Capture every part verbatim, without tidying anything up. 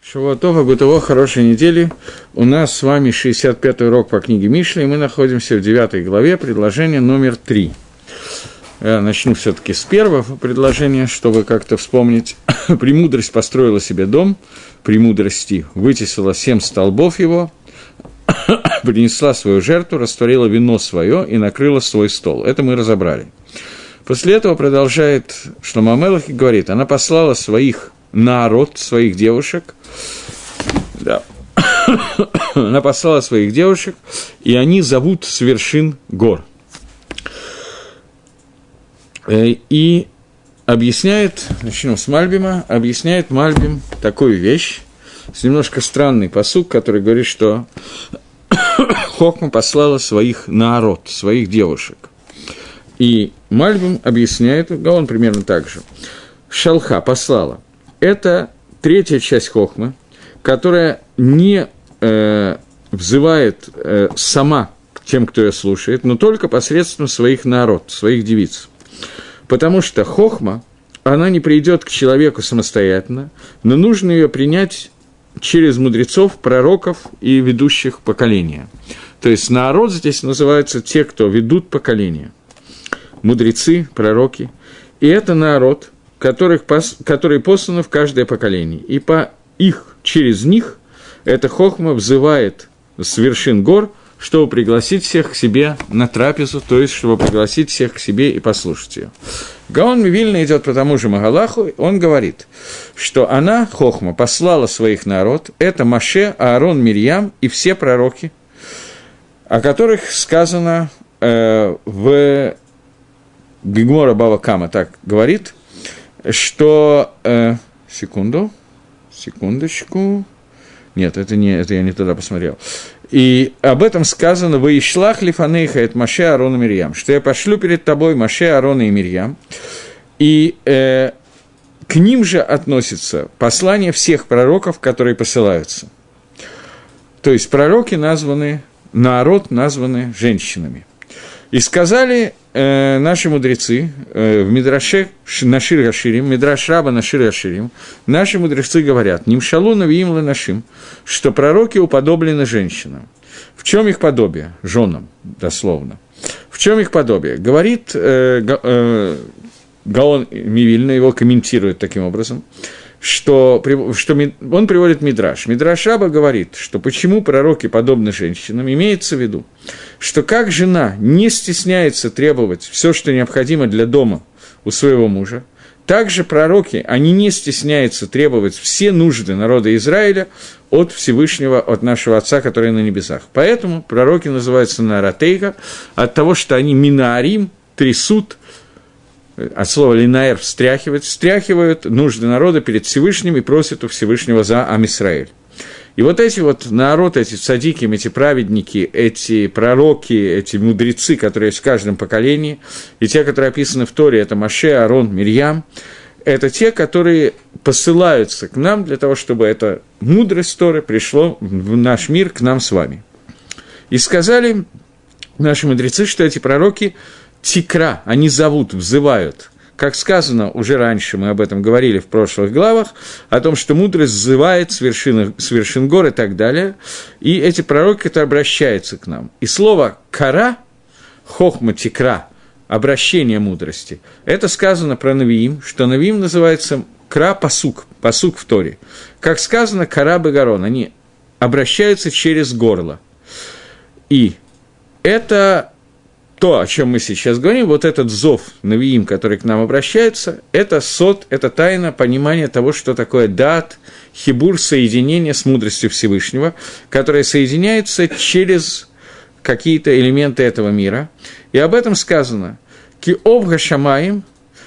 Шавуатова, Гутово, хорошей недели. У нас с вами шестьдесят пятый урок по книге Мишли, и мы находимся в девятой главе, предложение номер три. Я начну все-таки с первого предложения, чтобы как-то вспомнить. «Премудрость построила себе дом, премудрости вытесила семь столбов его, принесла свою жертву, растворила вино свое и накрыла свой стол». Это мы разобрали. После этого продолжает Шломо ха-Мелех и говорит, она послала своих народ, своих девушек, да. Она послала своих девушек, и они зовут с вершин гор. И объясняет, начнем с Мальбима, объясняет Мальбим такую вещь, с немножко странный пасук, который говорит, что Хохма послала своих народ, своих девушек. И Мальбим объясняет, он примерно так же. Шалха послала. Это третья часть Хохмы, которая не э, взывает э, сама к тем, кто ее слушает, но только посредством своих народ, своих девиц. Потому что Хохма, она не придет к человеку самостоятельно, но нужно ее принять через мудрецов, пророков и ведущих поколения. То есть народ здесь называются те, кто ведут поколение. Мудрецы, пророки. И это народ, которых, которые посланы в каждое поколение. И по их, через них, эта Хохма взывает с вершин гор, чтобы пригласить всех к себе на трапезу, то есть, чтобы пригласить всех к себе и послушать ее. Гаон Мивильна идет по тому же Магалаху, он говорит, что она, Хохма, послала своих народ, это Моше, Аарон, Мирьям и все пророки, о которых сказано э, в Гемора Бава Кама, так говорит, что... Э, секунду, секундочку... Нет, это, не, это я не туда посмотрел. И об этом сказано «Ваишлах лифанейха эт Моше, Аарон и Мирьям», что я пошлю перед тобой Моше, Аарона и Мирьям. И э, к ним же относится послание всех пророков, которые посылаются. То есть пророки названы, народ названы женщинами. И сказали э, наши мудрецы э, в Мидраше Нашир Аширим, Мидраш Раба Нашир Аширим, наши мудрецы говорят, «Нимшалу навиим ланашим», что пророки уподоблены женщинам. В чем их подобие? Женам, дословно. В чем их подобие? Говорит э, э, Гаон Мивильна, его комментирует таким образом, что, что он приводит Мидраш. Мидраш Раба говорит, что почему пророки подобны женщинам, имеется в виду, что как жена не стесняется требовать все, что необходимо для дома у своего мужа, так же пророки, они не стесняются требовать все нужды народа Израиля от Всевышнего, от нашего Отца, который на небесах. Поэтому пророки называются Наратейга, от того, что они минаарим, трясут, от слова «линаэр» – встряхивать, встряхивают нужды народа перед Всевышним и просят у Всевышнего за Ам Исраэль. И вот эти вот народ, эти цадики, эти праведники, эти пророки, эти мудрецы, которые есть в каждом поколении, и те, которые описаны в Торе, это Моше, Аарон, Мирьям, это те, которые посылаются к нам для того, чтобы эта мудрость Торы пришло в наш мир, к нам с вами. И сказали наши мудрецы, что эти пророки – тикра, они зовут, взывают. Как сказано уже раньше, мы об этом говорили в прошлых главах, о том, что мудрость взывает с вершин, с вершин гор и так далее, и эти пророки, которые обращаются к нам. И слово «кара», «хохма тикра», обращение мудрости, это сказано про Навиим, что Навиим называется «кра пасук», пасук в Торе. Как сказано «кара бегарон», они обращаются через горло. И это... То, о чем мы сейчас говорим, вот этот зов Навиим, который к нам обращается, это сот, это тайна понимания того, что такое дат, хибур, соединение с мудростью Всевышнего, которое соединяется через какие-то элементы этого мира. И об этом сказано «Ки овга шамаим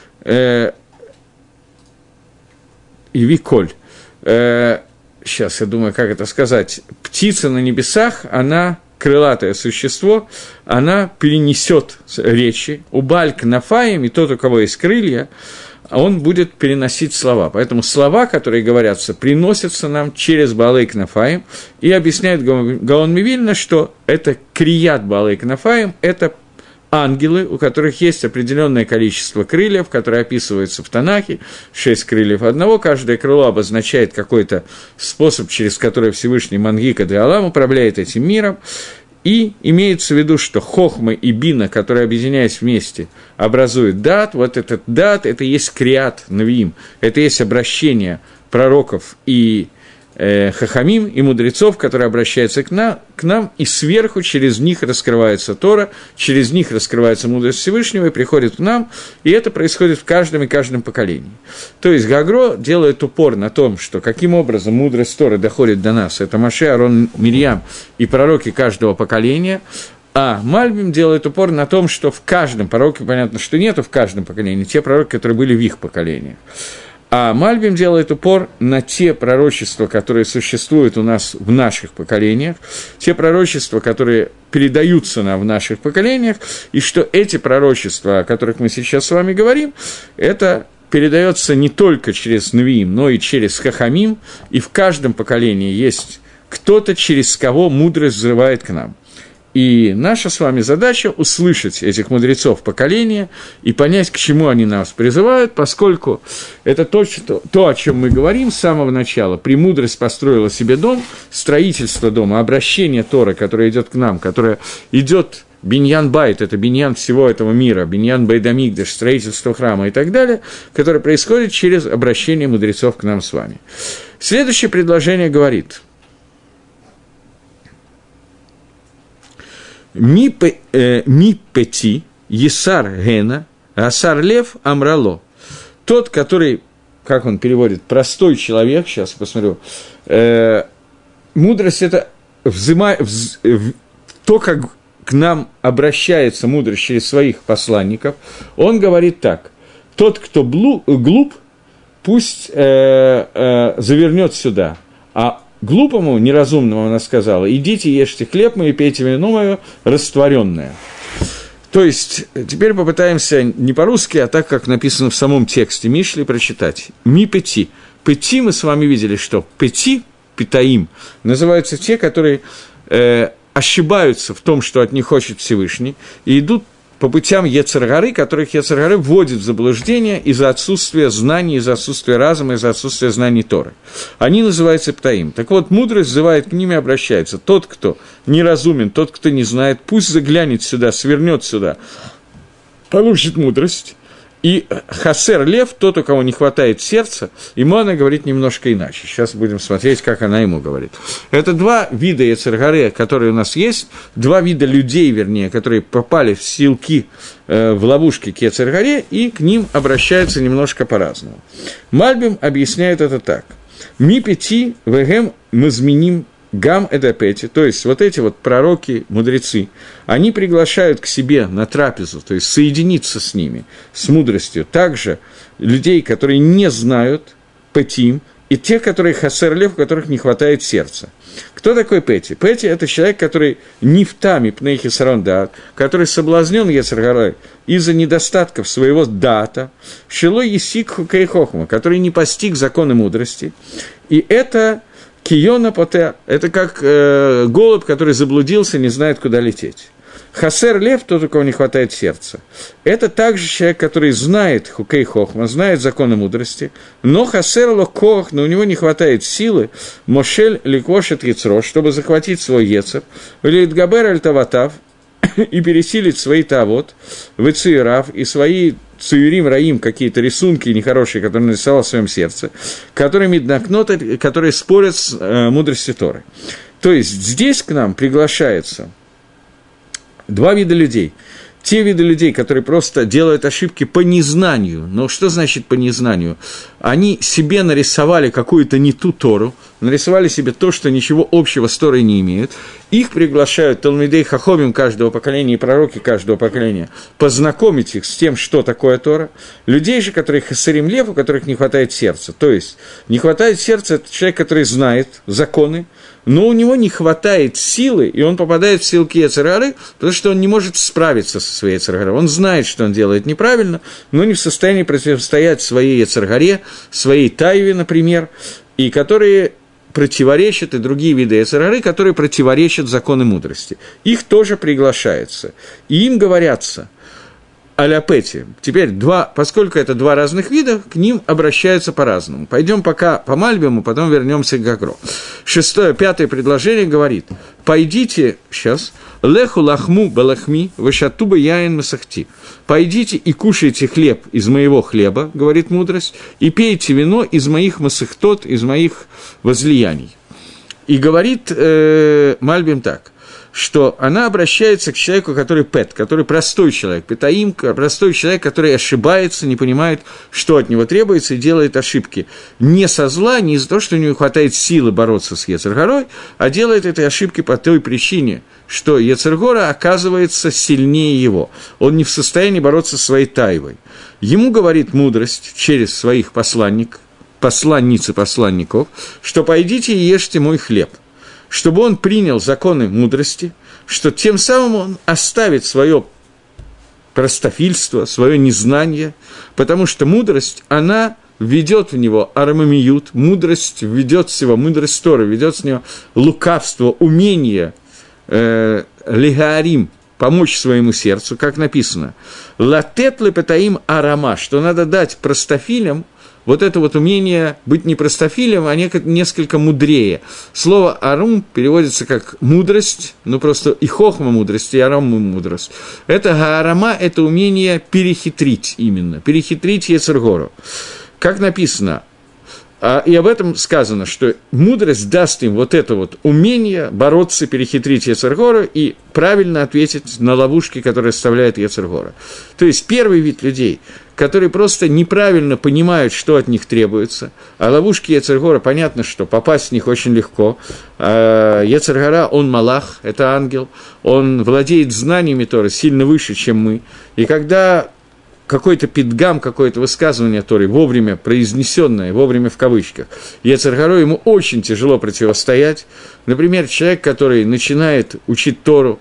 и виколь». Сейчас я думаю, как это сказать. Птица на небесах, она... крылатое существо, она перенесет речи, у Баль Кнафаим, и тот, у кого есть крылья, он будет переносить слова. Поэтому слова, которые говорятся, приносятся нам через Баалей Кнафаим, и объясняет Гаон Мивильна, что это крият Баалей Кнафаим, это ангелы, у которых есть определенное количество крыльев, которые описываются в Танахе, шесть крыльев одного, каждое крыло обозначает какой-то способ, через который Всевышний Мангика де Алам управляет этим миром, и имеется в виду, что хохма и бина, которые, объединяясь вместе, образуют дат, вот этот дат, это есть криат навиим, это есть обращение пророков и э, хахамим, и мудрецов, которые обращаются к нам, к нам, и сверху через них раскрывается Тора, через них раскрывается мудрость Всевышнего и приходит к нам, и это происходит в каждом и каждом поколении. То есть Гагро делает упор на том, что каким образом мудрость Торы доходит до нас, это Моше, Аарон, Мирьям и пророки каждого поколения, а Мальбим делает упор на том, что в каждом пророке, понятно, что нету в каждом поколении, те пророки, которые были в их поколениях. А Мальбим делает упор на те пророчества, которые существуют у нас в наших поколениях, те пророчества, которые передаются нам в наших поколениях, и что эти пророчества, о которых мы сейчас с вами говорим, это передается не только через Навиим, но и через Хахамим, и в каждом поколении есть кто-то, через кого мудрость взрывает к нам. И наша с вами задача – услышать этих мудрецов поколения и понять, к чему они нас призывают, поскольку это то, что, то, о чем мы говорим с самого начала. Премудрость построила себе дом, строительство дома, обращение Торы, которое идет к нам, которое идет биньян байт, это биньян всего этого мира, биньян байдамикдаш, строительство храма и так далее, которое происходит через обращение мудрецов к нам с вами. Следующее предложение говорит – Ми пети, есар гена, асар лев амрало. Тот, который, как он переводит, простой человек, сейчас посмотрю, э, мудрость – это взыма, вз, в, то, как к нам обращается мудрость через своих посланников. Он говорит так: тот, кто блу, глуп, пусть э, э, завернет сюда, а глупому, неразумному она сказала: идите, ешьте хлеб мой и пейте вино мое растворенное. То есть, теперь попытаемся не по-русски, а так, как написано в самом тексте Мишли, прочитать. Ми пети. Пети мы с вами видели, что пети, питаим, называются те, которые э, ошибаются в том, что от них хочет Всевышний, и идут по путям Ецер-гары, которых Ецер-гары вводит в заблуждение из-за отсутствия знаний, из-за отсутствия разума, из-за отсутствия знаний Торы. Они называются птаим. Так вот, мудрость взывает к ним и обращается. Тот, кто неразумен, тот, кто не знает, пусть заглянет сюда, свернет сюда, получит мудрость. И хасер лев, тот, у кого не хватает сердца, ему она говорит немножко иначе. Сейчас будем смотреть, как она ему говорит. Это два вида Ецер-гары, которые у нас есть, два вида людей, вернее, которые попали в силки, э, в ловушки к Ецер-гаре, и к ним обращаются немножко по-разному. Мальбим объясняет это так. «Ми пяти вегем мазминим гам эдапети», то есть вот эти вот пророки, мудрецы, они приглашают к себе на трапезу, то есть соединиться с ними, с мудростью, также людей, которые не знают петим, и те, которые хасер лев, у которых не хватает сердца. Кто такой Пети? Пети – это человек, который не в таме пнейхи сарандат, который соблазнен Ецер-гарой из-за недостатков своего дата, шило есик хукей хохма, который не постиг законы мудрости, и это киона поте – это как э, голубь, который заблудился, не знает, куда лететь. Хасер лев, тот, у кого не хватает сердца. Это также человек, который знает хукей хохма, знает законы мудрости, но хасер ло кох, но у него не хватает силы, мошель ликвошет яцро, чтобы захватить свой ецер, литгабер аль таватав, и пересилить свои тавот, вецирав, и свои цуирим раим, какие-то рисунки нехорошие, которые он нарисовал в своем сердце, которые миднакноты, которые спорят с э, мудростью Торы. То есть здесь к нам приглашается два вида людей. Те виды людей, которые просто делают ошибки по незнанию. Но что значит по незнанию? Они себе нарисовали какую-то не ту Тору, нарисовали себе то, что ничего общего с Торой не имеет. Их приглашают талмидей хахомим каждого поколения и пророки каждого поколения познакомить их с тем, что такое Тора. Людей же, которые хасарим лев, у которых не хватает сердца. То есть не хватает сердца – это человек, который знает законы, но у него не хватает силы, и он попадает в силки Ецер-гары, потому что он не может справиться со своей Ецер-гарой. Он знает, что он делает неправильно, но не в состоянии противостоять своей Ецер-гаре, своей тайве, например, и которые противоречат, и другие виды йецер гары, которые противоречат закону мудрости. Их тоже приглашается. И им говорятся аляпети. Теперь, два, поскольку это два разных вида, к ним обращаются по-разному. Пойдем пока по Мальбиму, потом вернемся к Гагро. Шестое, пятое предложение говорит: пойдите, сейчас, леху лахму балахми, вашатуба яин масахти. Пойдите и кушайте хлеб из моего хлеба, говорит мудрость, и пейте вино из моих масахтот, из моих возлияний. И говорит э, Мальбим так, что она обращается к человеку, который пэт, который простой человек, петаим, простой человек, который ошибается, не понимает, что от него требуется, и делает ошибки. Не со зла, не из-за того, что у него хватает силы бороться с йецер гарой, а делает эти ошибки по той причине, что йецер гара оказывается сильнее его. Он не в состоянии бороться со своей тайвой. Ему говорит мудрость через своих посланников, посланниц и посланников, что «пойдите и ешьте мой хлеб», чтобы он принял законы мудрости, что тем самым он оставит свое простофильство, свое незнание, потому что мудрость, она введет в него арамамиют, мудрость введет в него, мудрость Торы, ведет с него лукавство, умение э, легарим, помочь своему сердцу, как написано, латет лепетаим арама, что надо дать простофилям вот это вот умение быть не простофилем, а несколько мудрее. Слово «арум» переводится как «мудрость», ну просто и хохма мудрость, и арам мудрость. Это гаарама, это умение перехитрить именно, перехитрить йецер гару. Как написано, и об этом сказано, что мудрость даст им вот это вот умение бороться, перехитрить йецер гару и правильно ответить на ловушки, которые оставляет йецер гара. То есть первый вид людей, которые просто неправильно понимают, что от них требуется, а ловушки йецер гара, понятно, что попасть в них очень легко. йецер гара, он малах, это ангел, он владеет знаниями Торы сильно выше, чем мы, и когда какой-то пидгам, какое-то высказывание Торы, вовремя произнесенное, вовремя в кавычках, йецер гару ему очень тяжело противостоять. Например, человек, который начинает учить Тору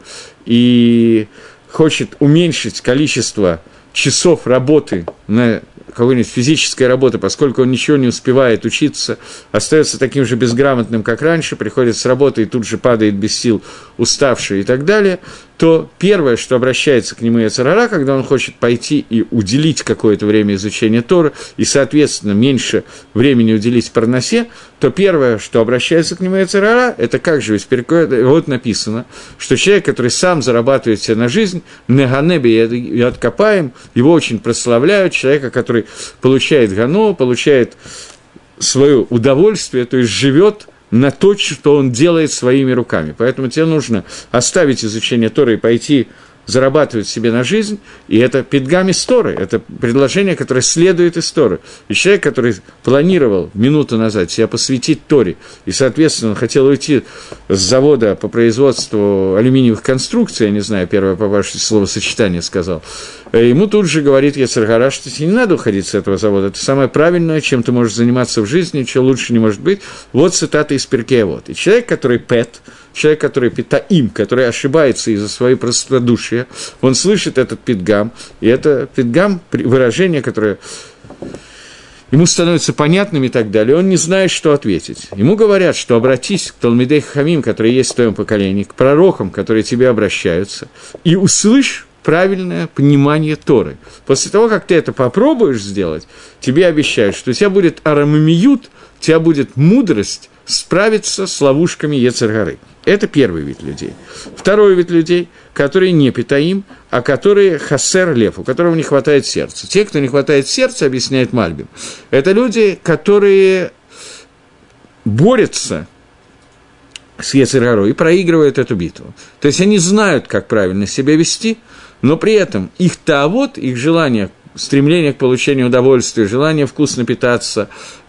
и хочет уменьшить количество часов работы на какой-нибудь физической работы, поскольку он ничего не успевает учиться, остается таким же безграмотным, как раньше, приходит с работы и тут же падает без сил, уставший и так далее, то первое, что обращается к нему йецер гара, когда он хочет пойти и уделить какое-то время изучения Торы, и, соответственно, меньше времени уделить парнасе, то первое, что обращается к нему йецер гара, это как же, вот написано, что человек, который сам зарабатывает себе на жизнь, неганеби и откопаем, его очень прославляют, человека, который получает гано, получает свое удовольствие, то есть живет на то, что он делает своими руками. Поэтому тебе нужно оставить изучение Торы и пойти зарабатывать себе на жизнь, и это пидгам из Торы, это предложение, которое следует из Торы. И человек, который планировал минуту назад себя посвятить Торе, и, соответственно, он хотел уйти с завода по производству алюминиевых конструкций, я не знаю, первое по вашему словосочетание сказал, ему тут же говорит йецер гара, что тебе не надо уходить с этого завода, это самое правильное, чем ты можешь заниматься в жизни, чего лучше не может быть. Вот цитата из Перкей Авот. И человек, который пэт, человек, который питаим, который ошибается из-за своей простодушия, он слышит этот пидгам, и это пидгам, выражение, которое ему становится понятным и так далее, он не знает, что ответить. Ему говорят, что обратись к Талмидей Хахамим, которые есть в твоем поколении, к пророкам, которые к тебе обращаются, и услышь правильное понимание Торы. После того, как ты это попробуешь сделать, тебе обещают, что у тебя будет арамамиют, у тебя будет мудрость справиться с ловушками йецер гары. Это первый вид людей. Второй вид людей, которые не питаим, а которые хасер лев, у которого не хватает сердца. Те, кто не хватает сердца, объясняет Мальбим, это люди, которые борются с йецер гарой и проигрывают эту битву. То есть они знают, как правильно себя вести, но при этом их таавот, их желание, стремление к получению удовольствия, желание вкусно питаться,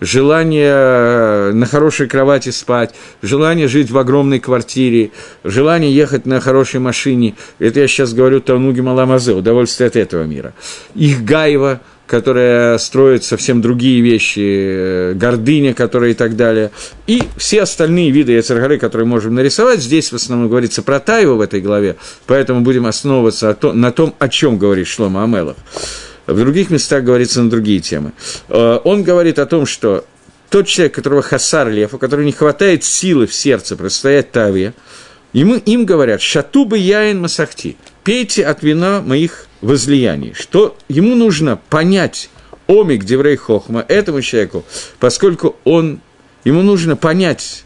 желание на хорошей кровати спать, желание жить в огромной квартире, желание ехать на хорошей машине. Это я сейчас говорю Тануги Маламазе, удовольствие от этого мира. Их гайва, которая строит совсем другие вещи, гордыня, которая и так далее. И все остальные виды йецер гары, которые можем нарисовать, здесь в основном говорится про тайву в этой главе, поэтому будем основываться на том, о чем говорит Шломо ха-Мелех. В других местах говорится на другие темы. Он говорит о том, что тот человек, которого хасар лев, у которого не хватает силы в сердце противостоять таве, ему, им говорят «шатубы яин масахти», «пейте от вина моих возлияний», что ему нужно понять омик деврей хохма, этому человеку, поскольку он, ему нужно понять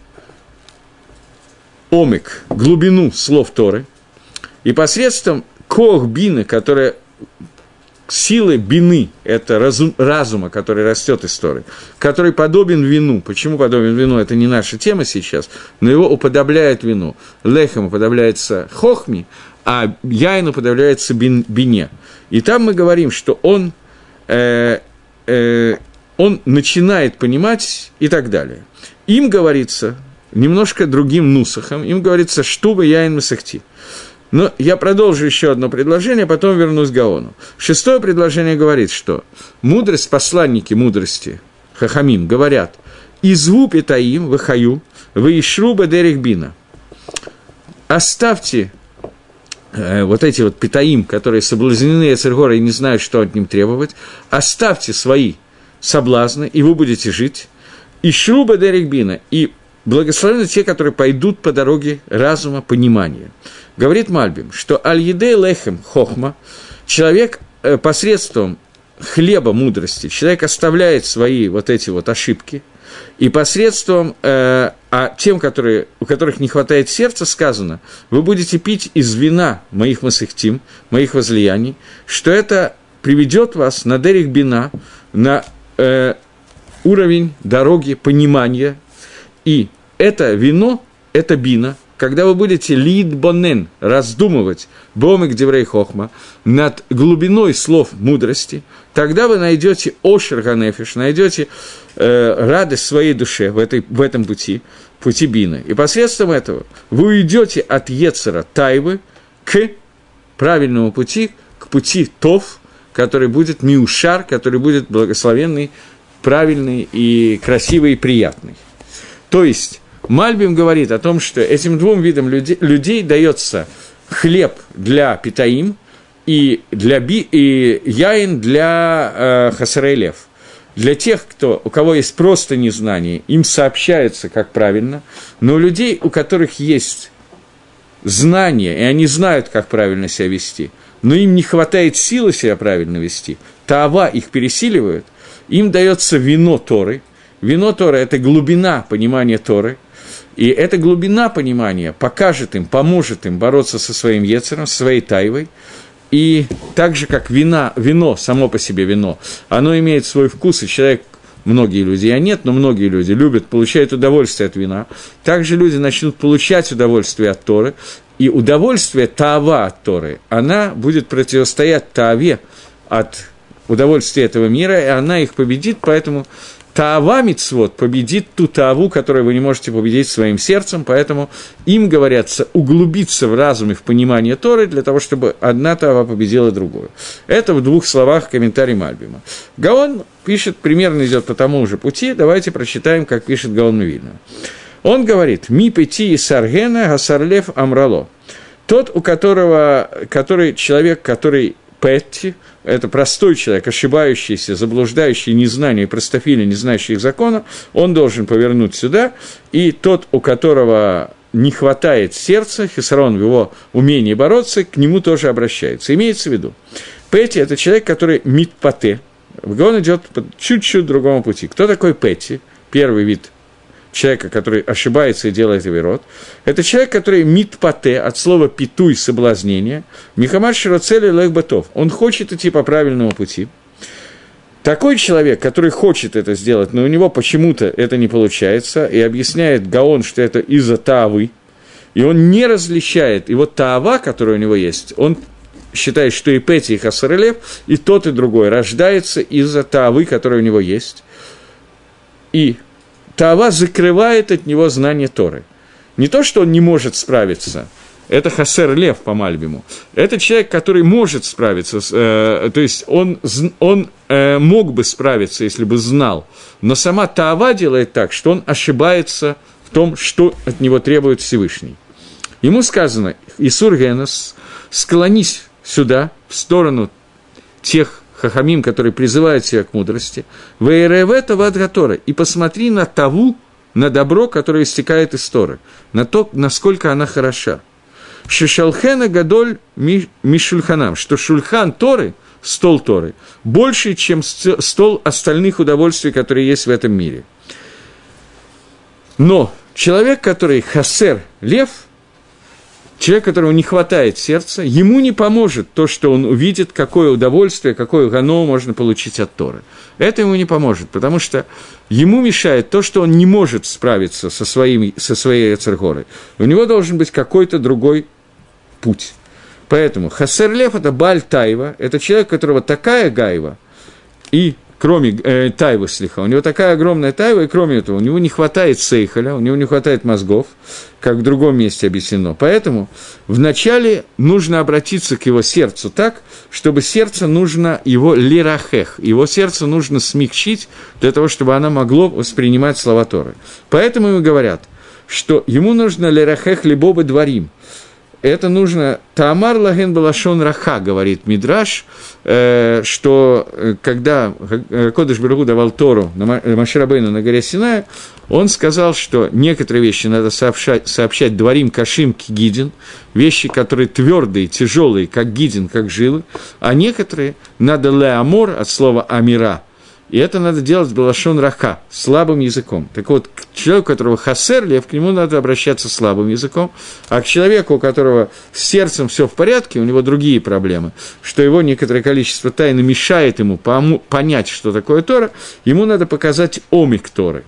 омик, глубину слов Торы, и посредством кох бины, которая силы бины, это разум, разума, который растет из Торы, который подобен вину. Почему подобен вину? Это не наша тема сейчас, но его уподобляет вину. Лехем уподобляется хохми, а яин уподобляется бин, бине. И там мы говорим, что он, э, э, он начинает понимать и так далее. Им говорится, немножко другим нусахом, им говорится «штуба яин масахти». Но я продолжу еще одно предложение, потом вернусь к Гаону. Шестое предложение говорит, что мудрость, посланники мудрости, хахамим, говорят «Изву питаим вахаю, ваишру бадерих бина». Оставьте э, вот эти вот питаим, которые соблазнены Ецер-гора и не знают, что от ним требовать, оставьте свои соблазны, и вы будете жить. «Ишру бадерих бина» и благословенны те, которые пойдут по дороге разума, понимания. Говорит Мальбим, что аль-едей лехем хохма, человек э, посредством хлеба мудрости, человек оставляет свои вот эти вот ошибки, и посредством, э, а тем, которые, у которых не хватает сердца, сказано, вы будете пить из вина моих масыхтим, моих возлияний, что это приведет вас на дерих бина, на э, уровень дороги понимания, и это вино, это бина, когда вы будете лидбонен, раздумывать, бомик деврей хохма, над глубиной слов мудрости, тогда вы найдете ошер ганефиш, найдете э, радость своей душе в, этой, в этом пути, пути бины. И посредством этого вы уйдете от Ецера Тайвы к правильному пути, к пути Тов, который будет миушар, который будет благословенный, правильный и красивый и приятный. То есть Мальбим говорит о том, что этим двум видам людей, людей дается хлеб для питаим и, для би, и яин для э, хасарей лев. Для тех, кто, у кого есть просто незнание, им сообщается, как правильно, но у людей, у которых есть знание, и они знают, как правильно себя вести, но им не хватает силы себя правильно вести, таава их пересиливает, им дается вино Торы. Вино Торы – это глубина понимания Торы, и эта глубина понимания покажет им, поможет им бороться со своим ецером, со своей тайвой, и так же, как вина, вино, само по себе вино, оно имеет свой вкус, и человек, многие люди, а нет, но многие люди любят, получают удовольствие от вина, также люди начнут получать удовольствие от Торы, и удовольствие таава от Торы, она будет противостоять тааве от удовольствия этого мира, и она их победит, поэтому таава мицвот победит ту тааву, которую вы не можете победить своим сердцем, поэтому им говорятся углубиться в разуме, в понимание Торы, для того, чтобы одна таава победила другую. Это в двух словах комментарий Мальбима. Гаон пишет, примерно идет по тому же пути, давайте прочитаем, как пишет Гаон Мивильна. Он говорит, «Ми пяти и саргена гасарлев амрало». Тот, у которого, который, человек, который Петти, это простой человек, ошибающийся, заблуждающий незнание, простофили, не знающий их закона, он должен повернуть сюда, и тот, у которого не хватает сердца, хисарон в его умении бороться, к нему тоже обращается. Имеется в виду, Петти – это человек, который митпате, он идет по чуть-чуть другому пути. Кто такой Петти? Первый вид человека, который ошибается и делает авирот, это человек, который митпате, от слова питуй, соблазнение, михамар широцели лехбатов, он хочет идти по правильному пути. Такой человек, который хочет это сделать, но у него почему-то это не получается, и объясняет Гаон, что это из-за таавы, и он не различает, и вот таава, которая у него есть, он считает, что и Петти, и Хасарелев, и тот, и другой рождается из-за таавы, которая у него есть, и таава закрывает от него знание Торы. Не то, что он не может справиться, это хасер лев по Мальбиму. Это человек, который может справиться, э, то есть он, он э, мог бы справиться, если бы знал, но сама таава делает так, что он ошибается в том, что от него требует Всевышний. Ему сказано, Исур Генос, склонись сюда, в сторону тех хахамим, которые призывают себя к мудрости, вейревета вадгатора, и посмотри на таву, на добро, которое истекает из Торы, на то, насколько она хороша. Шишалхена гадоль мишульханам, что шульхан Торы, стол Торы, больше, чем стол остальных удовольствий, которые есть в этом мире. Но человек, который хасер лев, человек, которому не хватает сердца, ему не поможет то, что он увидит, какое удовольствие, какое гано можно получить от Торы. Это ему не поможет, потому что ему мешает то, что он не может справиться со, своим, со своей Ецер-горой. У него должен быть какой-то другой путь. Поэтому хасер лев – это Бааль Тайва, это человек, у которого такая гайва, и кроме э, тайвы слиха, у него такая огромная тайва, и кроме этого, у него не хватает сейхаля, у него не хватает мозгов, как в другом месте объяснено. Поэтому вначале нужно обратиться к его сердцу так, чтобы сердце нужно его лирахех, его сердце нужно смягчить для того, чтобы оно могло воспринимать слова Торы. Поэтому ему говорят, что ему нужно лирахех либо дворим. Это нужно, Таамар лаген балашон раха, говорит Мидраш, э, что э, когда Кодеш Барух Ху давал Тору на Моше Рабейну на горе Синай, он сказал, что некоторые вещи надо сообщать, сообщать дворим кашим кигидин, вещи, которые твердые, тяжелые, как гидин, как жилы, а некоторые надо леамор от слова амира. И это надо делать балашон раха, слабым языком. Так вот, к человеку, у которого хасер лев, к нему надо обращаться слабым языком, а к человеку, у которого с сердцем все в порядке, у него другие проблемы, что его некоторое количество тайны мешает ему понять, что такое Тора, ему надо показать омик Торы.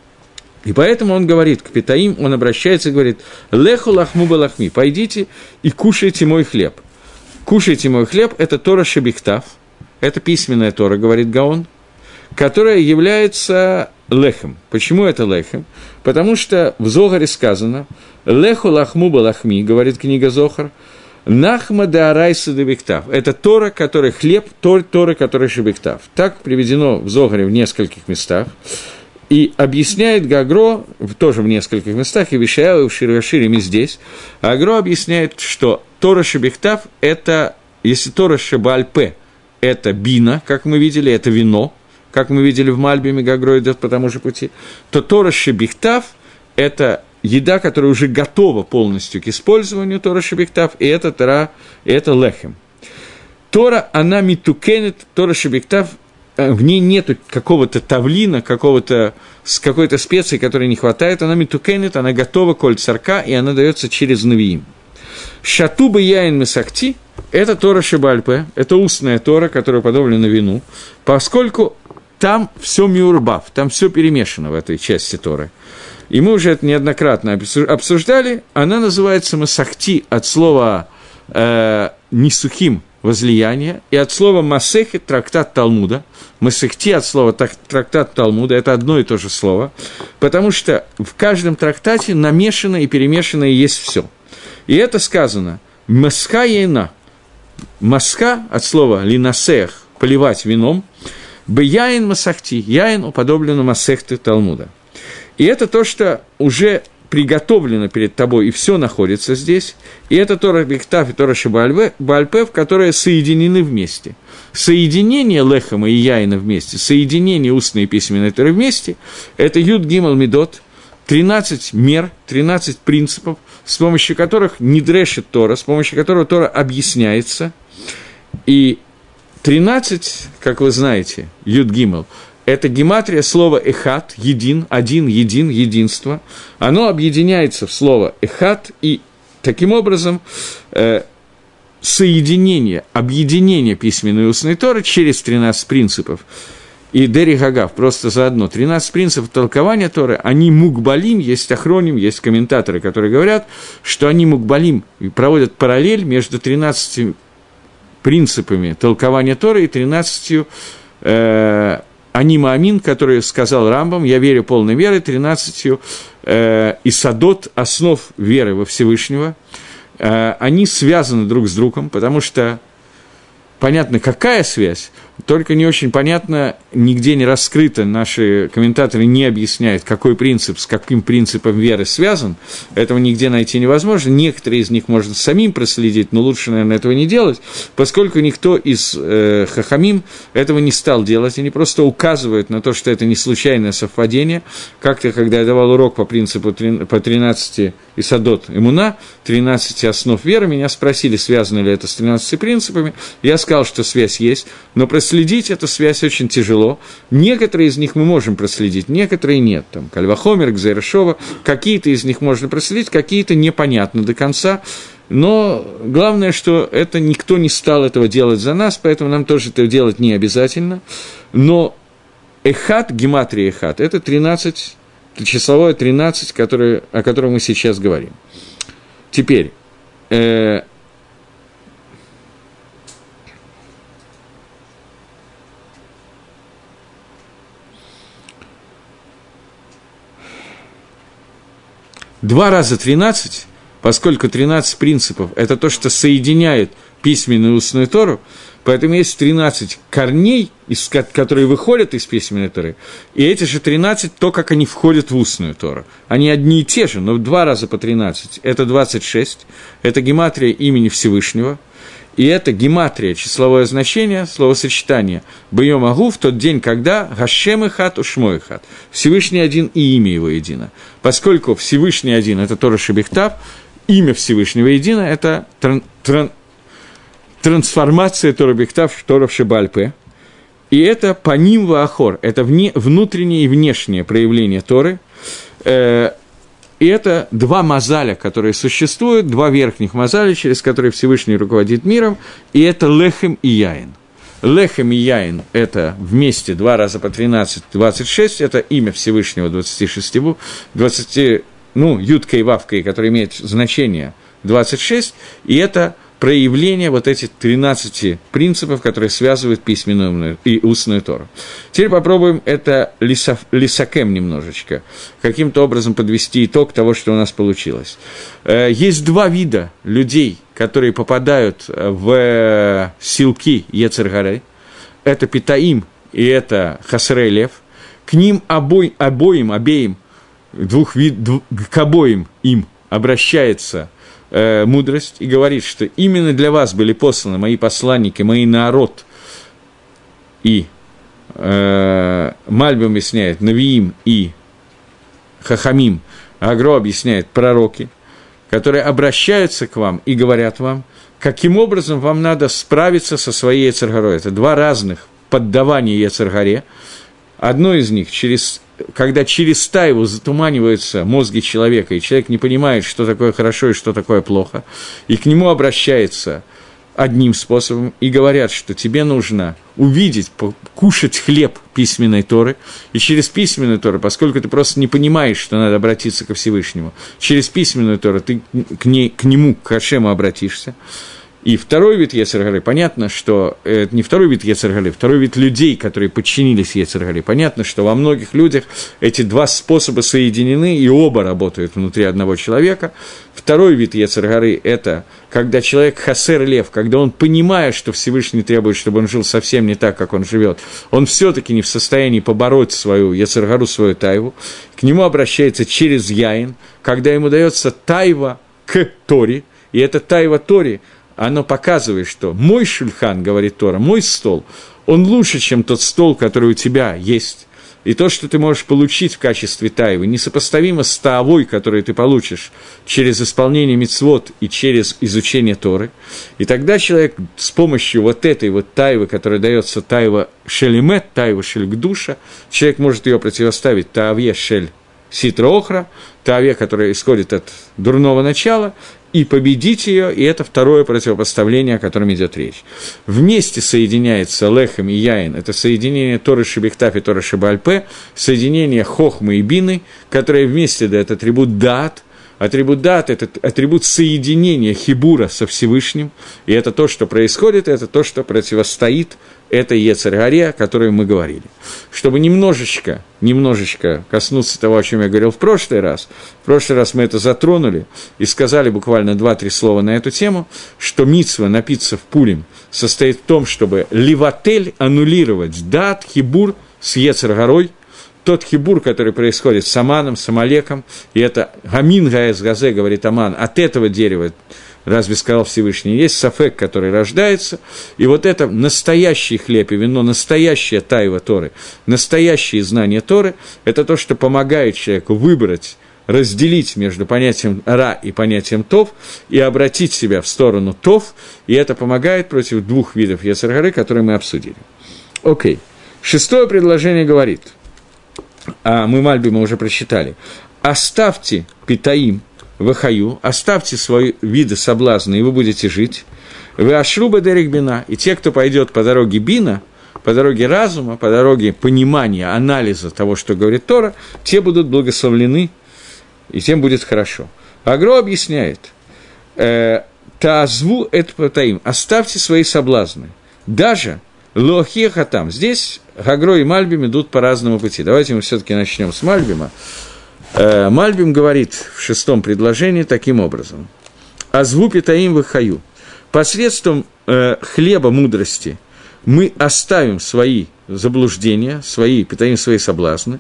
И поэтому он говорит, к Питаим, он обращается и говорит, «Леху лахму балахми, пойдите и кушайте мой хлеб». «Кушайте мой хлеб» – это Тора шебихтав, это письменная Тора, говорит Гаон, которая является лехем. Почему это лехем? Потому что в Зогаре сказано «Леху лахму балахми», говорит книга Зохар, «Нахма де арайса де бихтав». Это Тора, который хлеб, тор, Тора, который шебихтав. Так приведено в Зогаре в нескольких местах. И объясняет Гагро, тоже в нескольких местах, и в Ишаяу, и в Шир-Аширим, и здесь. Гагро объясняет, что Тора шебихтав – это, если Тора шебааль-пе – это бина, как мы видели, это вино, как мы видели в Мальбиме, Гагро идет по тому же пути, то Тора шебихтав – это еда, которая уже готова полностью к использованию, Тора шебихтав, и это Тора, и это лехем. Тора, она митукенет, Тора шебихтав, в ней нету какого-то тавлина, какого-то, с какой-то специи, которой не хватает, она митукенет, она готова, коль царка, и она дается через навиим. Шатуба яин месахти – это Тора шебальпе, это устная Тора, которая подобна вину, поскольку там все миурбав, там все перемешано в этой части Торы. И мы уже это неоднократно обсуждали. Она называется масахти от слова э, нисухим – возлияние, и от слова масехет – трактат Талмуда. Масехти от слова трактат Талмуда – это одно и то же слово, потому что в каждом трактате намешано и перемешано и есть все. И это сказано «маска ейна». Маска от слова линасех – поливать вином. Б-яин масахти, яин уподоблено масехте Талмуда. И это то, что уже приготовлено перед тобой, и все находится здесь. И это Тора Бихтав и Тора Шебааль-пе, которые соединены вместе. Соединение лехама и яина вместе, соединение устной и письменной Торы вместе, это Юд Гимал Медот, тринадцать мер, тринадцать принципов, с помощью которых не дрешит Тора, с помощью которого Тора объясняется. И тринадцать, как вы знаете, Юд Гимал, это гематрия слова «эхат», «един», «один», «един», «единство». Оно объединяется в слово «эхат», и таким образом э, соединение, объединение письменной и устной Торы через тринадцать принципов. И Дери Гагав просто заодно. тринадцать принципов толкования Торы, они мукбалим, есть ахроним, есть комментаторы, которые говорят, что они мукбалим и проводят параллель между тринадцатью принципами толкования Торы и тринадцатью э, Анима Амин, который сказал Рамбам, я верю полной верой, тринадцатью э, исадот, основ веры во Всевышнего, э, они связаны друг с другом, потому что понятно, какая связь, Только не очень понятно, нигде не раскрыто, наши комментаторы не объясняют, какой принцип, с каким принципом веры связан. Этого нигде найти невозможно. Некоторые из них можно самим проследить, но лучше, наверное, этого не делать, поскольку никто из э, хахамим этого не стал делать. Они просто указывают на то, что это не случайное совпадение. Как-то, когда я давал урок по принципу по тринадцати Исадот Эмуна, тринадцати основ веры, меня спросили, связано ли это с тринадцатью принципами. Я сказал, что связь есть, но проследить эту связь очень тяжело. Некоторые из них мы можем проследить, некоторые нет. Там Кальвахомер, Гзейрашова, какие-то из них можно проследить, какие-то непонятно до конца. Но главное, что это никто не стал этого делать за нас, поэтому нам тоже это делать не обязательно. Но эхат, гематрия эхат, это тринадцать, числовое тринадцать, которое, о котором мы сейчас говорим. Теперь, э, два раза тринадцать, поскольку тринадцать принципов – это то, что соединяет письменную и устную Тору, поэтому есть тринадцать корней, из, которые выходят из письменной Торы, и эти же тринадцать – то, как они входят в устную Тору. Они одни и те же, но в два раза по тринадцать – это двадцать шесть, это гематрия имени Всевышнего, и это гематрия, числовое значение, словосочетание «Бьем агу» в тот день, когда «Гашем эхат ушмо эхат» – Всевышний один и имя его едино. Поскольку Всевышний один – это Тора Шебехтав, имя Всевышнего едино – это тран- тран- трансформация Тора Бехтав в Тора Шебальпе. И это паним ваахор – это вне, внутреннее и внешнее проявление Торы. Э- И это два мазаля, которые существуют, два верхних мазаля, через которые Всевышний руководит миром, и это лехем и яин. Лехем и яин – это вместе два раза по тринадцать, двадцать шесть, это имя Всевышнего двадцати шести, двадцати, ну, юткой и вавкой, которое имеет значение двадцать шесть, и это проявление вот этих тринадцати принципов, которые связывают письменную и устную Тору. Теперь попробуем это лисов, лисакем немножечко, каким-то образом подвести итог того, что у нас получилось. Есть два вида людей, которые попадают в силки Йецер Гара. Это Питаим и это Хасрей Лев. К ним обоим, обоим, обеим, двух вид, двух, к обоим им обращается мудрость и говорит, что именно для вас были посланы мои посланники, мои народ, и э, Мальбим объясняет Навиим и Хахамим, Агро объясняет пророки, которые обращаются к вам и говорят вам, каким образом вам надо справиться со своей Йецер Гарой. Это два разных поддавания Йецер Гаре. Одно из них, через, когда через тайву затуманиваются мозги человека, и человек не понимает, что такое хорошо и что такое плохо, и к нему обращается одним способом, и говорят, что тебе нужно увидеть, кушать хлеб письменной Торы, и через письменную Тору, поскольку ты просто не понимаешь, что надо обратиться ко Всевышнему, через письменную Тору ты к, ней, к нему, к Хашему обратишься. И второй вид Йецер Гары, понятно, что это не второй вид Йецер Гары, второй вид людей, которые подчинились Йецер Гаре. Понятно, что во многих людях эти два способа соединены, и оба работают внутри одного человека. Второй вид Йецер Гары – это когда человек хасер лев, когда он, понимая, что Всевышний требует, чтобы он жил совсем не так, как он живет, он все-таки не в состоянии побороть свою Йецер Гару, свою тайву, к нему обращается через яин, когда ему дается тайва к Торе, и эта тайва Торе – оно показывает, что мой шульхан, говорит Тора, мой стол, он лучше, чем тот стол, который у тебя есть. И то, что ты можешь получить в качестве тайвы, несопоставимо с таавой, которую ты получишь через исполнение мицвот и через изучение Торы. И тогда человек с помощью вот этой вот тайвы, которая дается тайва шелемет, тайва шельгдуша, человек может ее противоставить тааве шель ситра охра, тааве, которая исходит от дурного начала, и победить ее, и это второе противопоставление, о котором идет речь. Вместе соединяется лехем и яин, это соединение Торы Шебехтав и Торы Шебальпе, соединение хохмы и бины, которые вместе дают атрибут даат. Атрибут даат – это атрибут соединения хибура со Всевышним, и это то, что происходит, это то, что противостоит это Йецер Гаре, о которой мы говорили. Чтобы немножечко, немножечко коснуться того, о чем я говорил в прошлый раз, в прошлый раз мы это затронули и сказали буквально два-три слова на эту тему, что мицва напиться в Пурим состоит в том, чтобы ливатель, аннулировать дат, хибур с Йецер Гарой, тот хибур, который происходит с Аманом, с Амалеком, и это гамин гаэс газе, говорит Аман, от этого дерева, разве сказал Всевышний, есть сафек, который рождается, и вот это настоящий хлеб и вино, настоящая тайва Торы, настоящие знания Торы, это то, что помогает человеку выбрать, разделить между понятием ра и понятием тов, и обратить себя в сторону тов, и это помогает против двух видов Йецер Гары, которые мы обсудили. Окей. Шестое предложение говорит, а мы Мальбима уже прочитали, оставьте питаим вахаю, оставьте свои виды соблазна, и вы будете жить. Вы ашруба дерек бина, и те, кто пойдет по дороге бина, по дороге разума, по дороге понимания, анализа того, что говорит Тора, те будут благословлены, и тем будет хорошо. Агро объясняет, таазву эт питаим, оставьте свои соблазны, даже лохеха там. Здесь Агро и Мальбим идут по разному пути. Давайте мы все-таки начнем с Мальбима. Мальбим говорит в шестом предложении таким образом. «Азву питаим вахаю». Посредством э, хлеба мудрости мы оставим свои заблуждения, свои, питаим свои соблазны.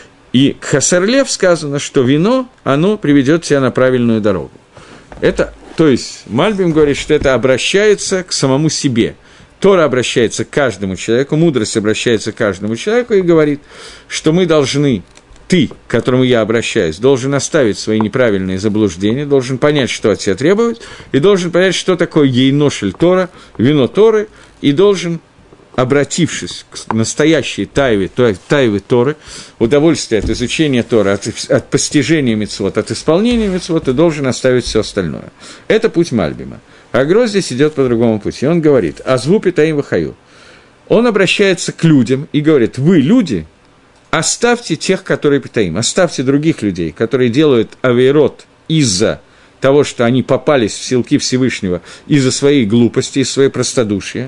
И к Хасарлев сказано, что вино, оно приведет тебя на правильную дорогу. Это, то есть Мальбим говорит, что это обращается к самому себе. Тора обращается к каждому человеку, мудрость обращается к каждому человеку и говорит, что мы должны, ты, к которому я обращаюсь, должен оставить свои неправильные заблуждения, должен понять, что от тебя требуют, и должен понять, что такое ейношель Тора, вино Торы, и должен, обратившись к настоящей тайве, тайве Торы, удовольствие от изучения Торы, от, от постижения мицвот, от исполнения мицвот, ты должен оставить все остальное. Это путь Мальбима. Агро здесь идет по другому пути. Он говорит, «Азву питаим вахаю». Он обращается к людям и говорит, вы, люди, оставьте тех, которые питаим, оставьте других людей, которые делают авейрот из-за того, что они попались в силки Всевышнего, из-за своей глупости, из-за своей простодушия.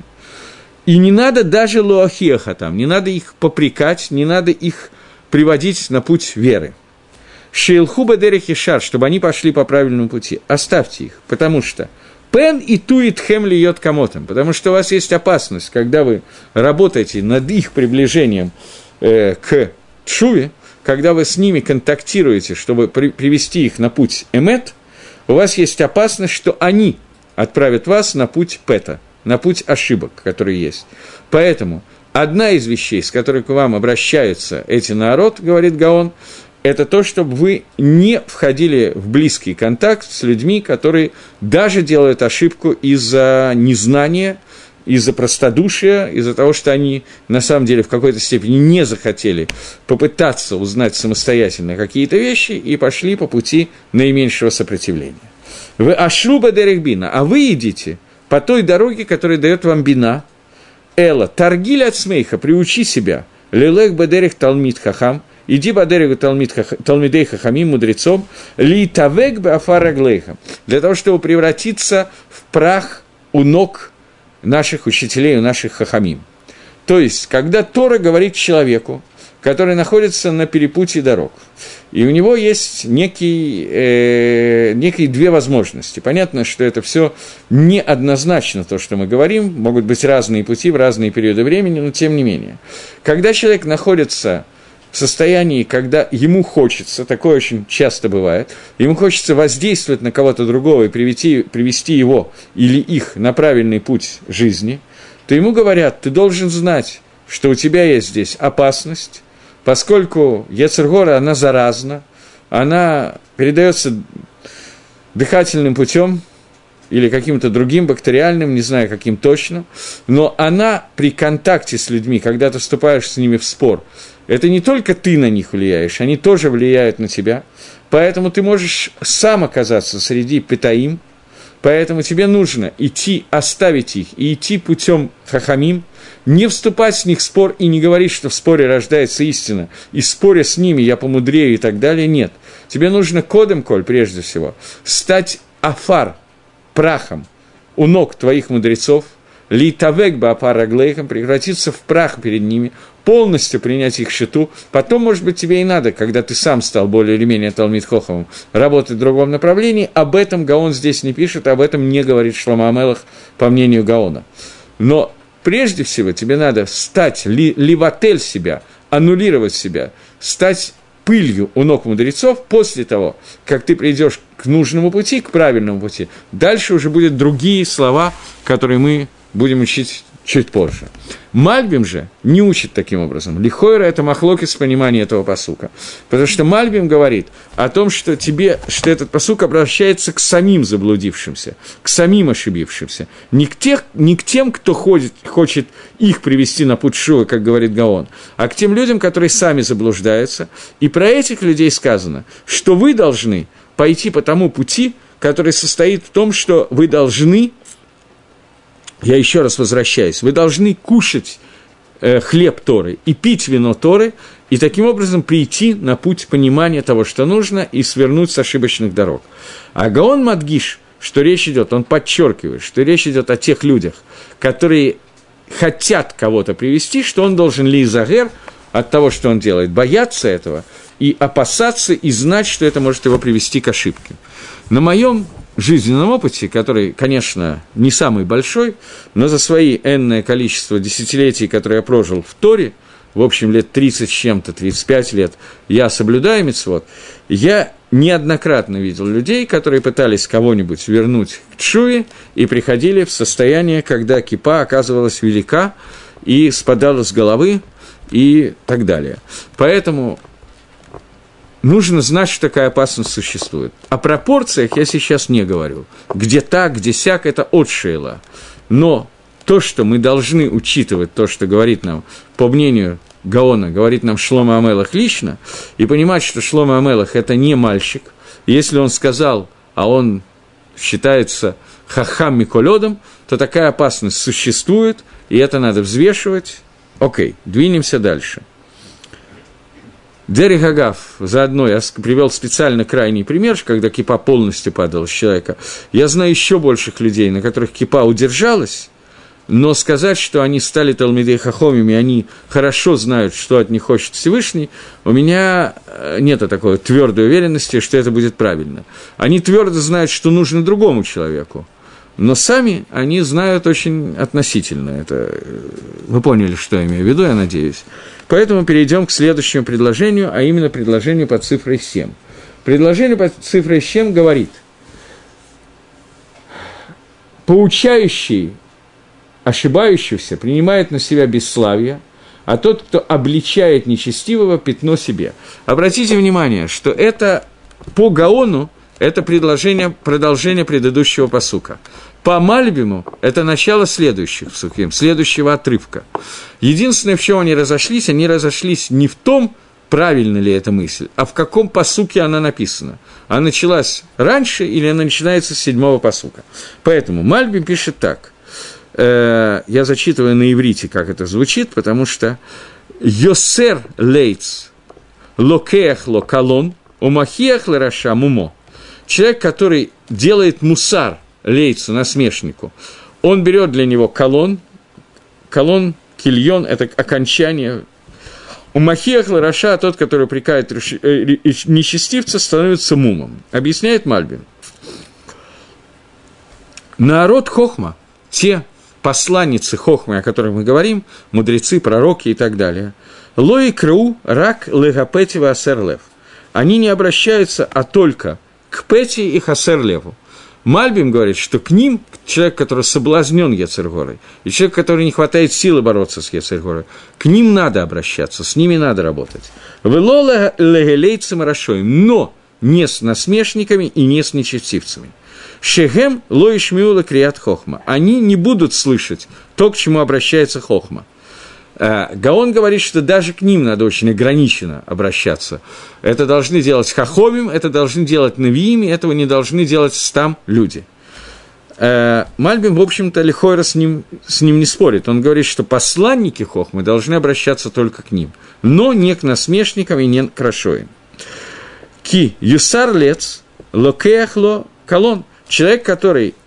И не надо даже лоахеха там, не надо их попрекать, не надо их приводить на путь веры. Шейлхуба дерехи шар, чтобы они пошли по правильному пути. Оставьте их, потому что пен и туит хем льет комотом, потому что у вас есть опасность, когда вы работаете над их приближением э, к тшуве, когда вы с ними контактируете, чтобы при, привести их на путь эмет, у вас есть опасность, что они отправят вас на путь пета, на путь ошибок, которые есть. Поэтому одна из вещей, с которой к вам обращаются эти народ, говорит Гаон, это то, чтобы вы не входили в близкий контакт с людьми, которые даже делают ошибку из-за незнания, из-за простодушия, из-за того, что они на самом деле в какой-то степени не захотели попытаться узнать самостоятельно какие-то вещи и пошли по пути наименьшего сопротивления. Вы ашруба дерек бина, а вы идите по той дороге, которая дает вам бина. Эла, таргиль от смейха, приучи себя. Лилех бадерех талмид хахам, иди бадерегу талмидей хахамим, мудрецом, ли тавек бафара глейхам, для того, чтобы превратиться в прах у ног наших учителей, у наших хахамим. То есть, когда Тора говорит человеку, который находится на перепутье дорог, и у него есть некий, э, некие две возможности. Понятно, что это все неоднозначно, то, что мы говорим, могут быть разные пути в разные периоды времени, но тем не менее. Когда человек находится в состоянии, когда ему хочется, такое очень часто бывает, ему хочется воздействовать на кого-то другого и привести, привести его или их на правильный путь жизни, то ему говорят, ты должен знать, что у тебя есть здесь опасность, поскольку Йецер Гара, она заразна, она передается дыхательным путем или каким-то другим бактериальным, не знаю, каким точно, но она при контакте с людьми, когда ты вступаешь с ними в спор, это не только ты на них влияешь, они тоже влияют на тебя, поэтому ты можешь сам оказаться среди питаим, поэтому тебе нужно идти, оставить их и идти путем хахамим, не вступать с них в спор и не говорить, что в споре рождается истина, и споря с ними я помудрее и так далее, нет. Тебе нужно кодем коль, прежде всего, стать афар, прахом у ног твоих мудрецов, литавек баапараглейхам, превратиться в прах перед ними, полностью принять их шиту. Потом, может быть, тебе и надо, когда ты сам стал более или менее Талмид Хохамом, работать в другом направлении. Об этом Гаон здесь не пишет, об этом не говорит Шломо ха-Мелех, по мнению Гаона. Но прежде всего тебе надо стать, ли, ливатель себя, аннулировать себя, стать пылью у ног мудрецов после того, как ты придешь к нужному пути, к правильному пути. Дальше уже будут другие слова, которые мы будем учить чуть позже. Мальбим же не учит таким образом. Лихойра – это махлокис понимания этого пасука. Потому что Мальбим говорит о том, что, тебе, что этот пасук обращается к самим заблудившимся, к самим ошибившимся. Не к, тех, не к тем, кто ходит, хочет их привести на путь Шува, как говорит Гаон, а к тем людям, которые сами заблуждаются. И про этих людей сказано, что вы должны пойти по тому пути, который состоит в том, что вы должны... Я еще раз возвращаюсь. Вы должны кушать э, хлеб Торы и пить вино Торы, и таким образом прийти на путь понимания того, что нужно, и свернуть с ошибочных дорог. А Гаон Мадгиш, что речь идет, он подчеркивает, что речь идет о тех людях, которые хотят кого-то привести, что он должен лизагер от того, что он делает, бояться этого и опасаться, и знать, что это может его привести к ошибке. На моем жизненном опыте, который, конечно, не самый большой, но за свои энное количество десятилетий, которые я прожил в Торе, в общем, лет тридцать с чем-то, тридцать пять лет, я соблюдаю мицвот, я неоднократно видел людей, которые пытались кого-нибудь вернуть к тшуве и приходили в состояние, когда кипа оказывалась велика и спадала с головы и так далее. Поэтому... нужно знать, что такая опасность существует. О пропорциях я сейчас не говорю. Где так, где сяк, это от шейла. Но то, что мы должны учитывать, то, что говорит нам, по мнению Гаона, говорит нам Шломо ха-Мелех лично, и понимать, что Шломо ха-Мелех – это не мальчик. Если он сказал, а он считается хахам миколодом, то такая опасность существует, и это надо взвешивать. Окей, двинемся дальше. Дерих Агав, заодно я привел специально крайний пример, когда кипа полностью падала с человека. Я знаю еще больших людей, на которых кипа удержалась, но сказать, что они стали талмидей хахомими, они хорошо знают, что от них хочет Всевышний, у меня нет такой твердой уверенности, что это будет правильно. Они твердо знают, что нужно другому человеку, но сами они знают очень относительно. Это, вы поняли, что я имею в виду, я надеюсь. Поэтому перейдем к следующему предложению, а именно предложению под цифрой семь. Предложение под цифрой семь говорит: поучающий ошибающийся принимает на себя бесславие, а тот, кто обличает нечестивого, пятно себе. Обратите внимание, что это по Гаону, это предложение, продолжение предыдущего пасука. По Мальбиму это начало следующих псуким, следующего отрывка. Единственное, в чем они разошлись, они разошлись не в том, правильно ли эта мысль, а в каком пасуке она написана. Она началась раньше или она начинается с седьмого пасука. Поэтому Мальбим пишет так. Э, я зачитываю на иврите, как это звучит, потому что «Йосер лейц локех ло калон умахиях лераша мумо». Человек, который делает мусар лейцу, насмешнику, он берет для него колон, колон, кильон, это окончание. У Махиах Лараша, тот, который упрекает нечестивца, становится мумом. Объясняет Мальбим. Народ Хохма, те посланницы Хохмы, о которых мы говорим, мудрецы, пророки и так далее, лои кру рак легапетива асерлев. Они не обращаются, а только к Пети и Хасерлеву. Мальбим говорит, что к ним, человек, который соблазнен Йецер Горой, и человек, который не хватает силы бороться с Йецер Горой, к ним надо обращаться, с ними надо работать. Вело легелейцем рашоем, но не с насмешниками и не с нечестивцами. Шегем лоишмиула крият хохма. Они не будут слышать то, к чему обращается хохма. Гаон говорит, что даже к ним надо очень ограниченно обращаться. Это должны делать хахомим, это должны делать навиими, этого не должны делать стам люди. Мальбим, в общем-то, лихойра с ним, с ним не спорит. Он говорит, что посланники хохмы должны обращаться только к ним, но не к насмешникам и не к рашоим. Ки юсар лец локеахло колон. Человек, который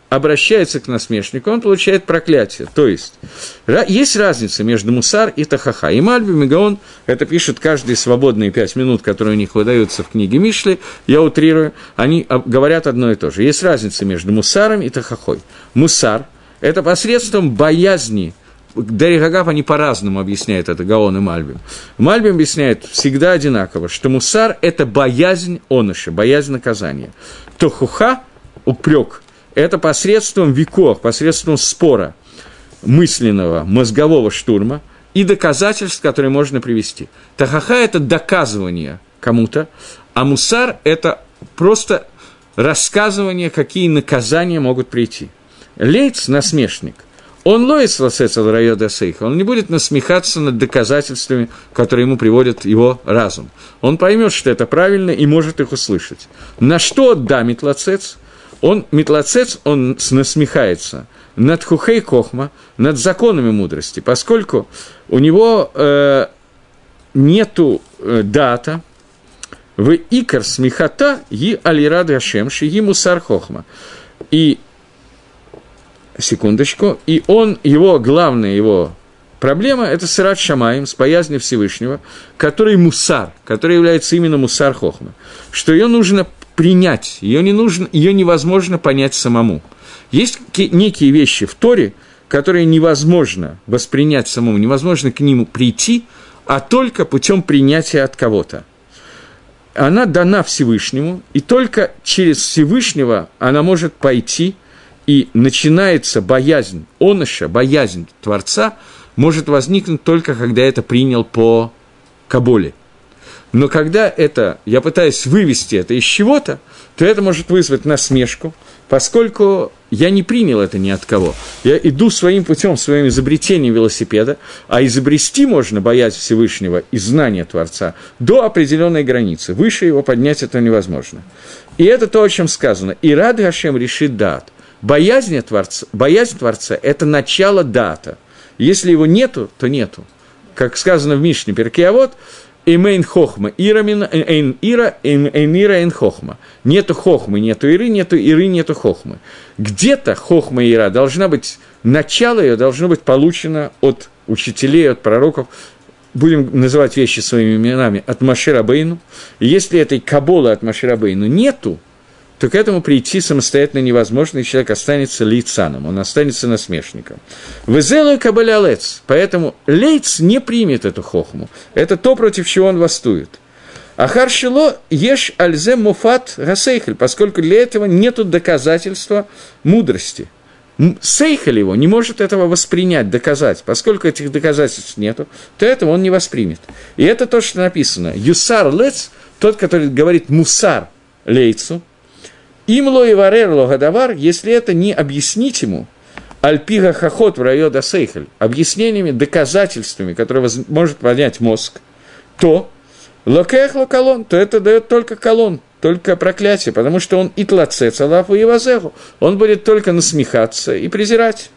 обращается к насмешнику, он получает проклятие. То есть, есть разница между мусар и тахаха. И Мальбим, и Гаон, это пишут каждые свободные пять минут, которые у них выдаются в книге Мишли, я утрирую, они говорят одно и то же. Есть разница между мусаром и тахахой. Мусар – это посредством боязни. Дери Гагав, они по-разному объясняют это, Гаон и Мальбим. Мальбим объясняет всегда одинаково, что мусар – это боязнь оныша, боязнь наказания. Тохуха – упрек. Это посредством веков, посредством спора мысленного, мозгового штурма и доказательств, которые можно привести. Тахаха – это доказывание кому-то, а мусар – это просто рассказывание, какие наказания могут прийти. Лейц – насмешник. Он лоис ласецал райода сейха, он не будет насмехаться над доказательствами, которые ему приводит его разум. Он поймет, что это правильно, и может их услышать. На что да митлацец? Он, митлацец, он насмехается над хухей хохма, над законами мудрости, поскольку у него э, нету э, дата, в икар смехата и алирады ашем шиги мусар хохма. И, секундочку, и он, его, главная его проблема – это сират шамаим, с боязнью Всевышнего, который мусар, который является именно мусар хохма, что ее нужно принять, ее, не нужно, ее невозможно понять самому. Есть некие вещи в Торе, которые невозможно воспринять самому, невозможно к ним прийти, а только путем принятия от кого-то. Она дана Всевышнему, и только через Всевышнего она может пойти, и начинается боязнь оныша, боязнь Творца, может возникнуть только, когда это принял по Каболе. Но когда это, я пытаюсь вывести это из чего-то, то это может вызвать насмешку, поскольку я не принял это ни от кого. Я иду своим путем, своим изобретением велосипеда, а изобрести можно, боясь Всевышнего и знания Творца, до определенной границы. Выше его поднять это невозможно. И это то, о чем сказано. «И рады Ашем решит даат». Боязнь Творца, боязнь Творца – это начало даата. Если его нету, то нету. Как сказано в Мишне Перкей Авот, «Имейн хохма, ирамин, эйн ира, эйн ира, эйн хохма». Нету хохмы, нету иры, нету иры, нету хохмы. Где-то хохма и ира должна быть, начало ее должно быть получено от учителей, от пророков, будем называть вещи своими именами, от Моше Рабейну. И если этой каболы от Моше Рабейну нету, то к этому прийти самостоятельно невозможно, и человек останется лейцаном, он останется насмешником. «Везелой кабаля лец», поэтому лейц не примет эту хохму. Это то, против чего он восстует. «Ахар шило еш альзе муфат гасейхель», поскольку для этого нет доказательства мудрости. Сейхель его не может этого воспринять, доказать. Поскольку этих доказательств нету, то этого он не воспримет. И это то, что написано. «Юсар лец», тот, который говорит «мусар лейцу», «Им ло и варер ло гадавар», если это не объяснить ему, «Альпига хахот в райода сейхель», объяснениями, доказательствами, которые может понять мозг, то «локех ло колон», то это дает только колон, только проклятие, потому что он итлаце цалафу и вазеху, он будет только насмехаться и презирать.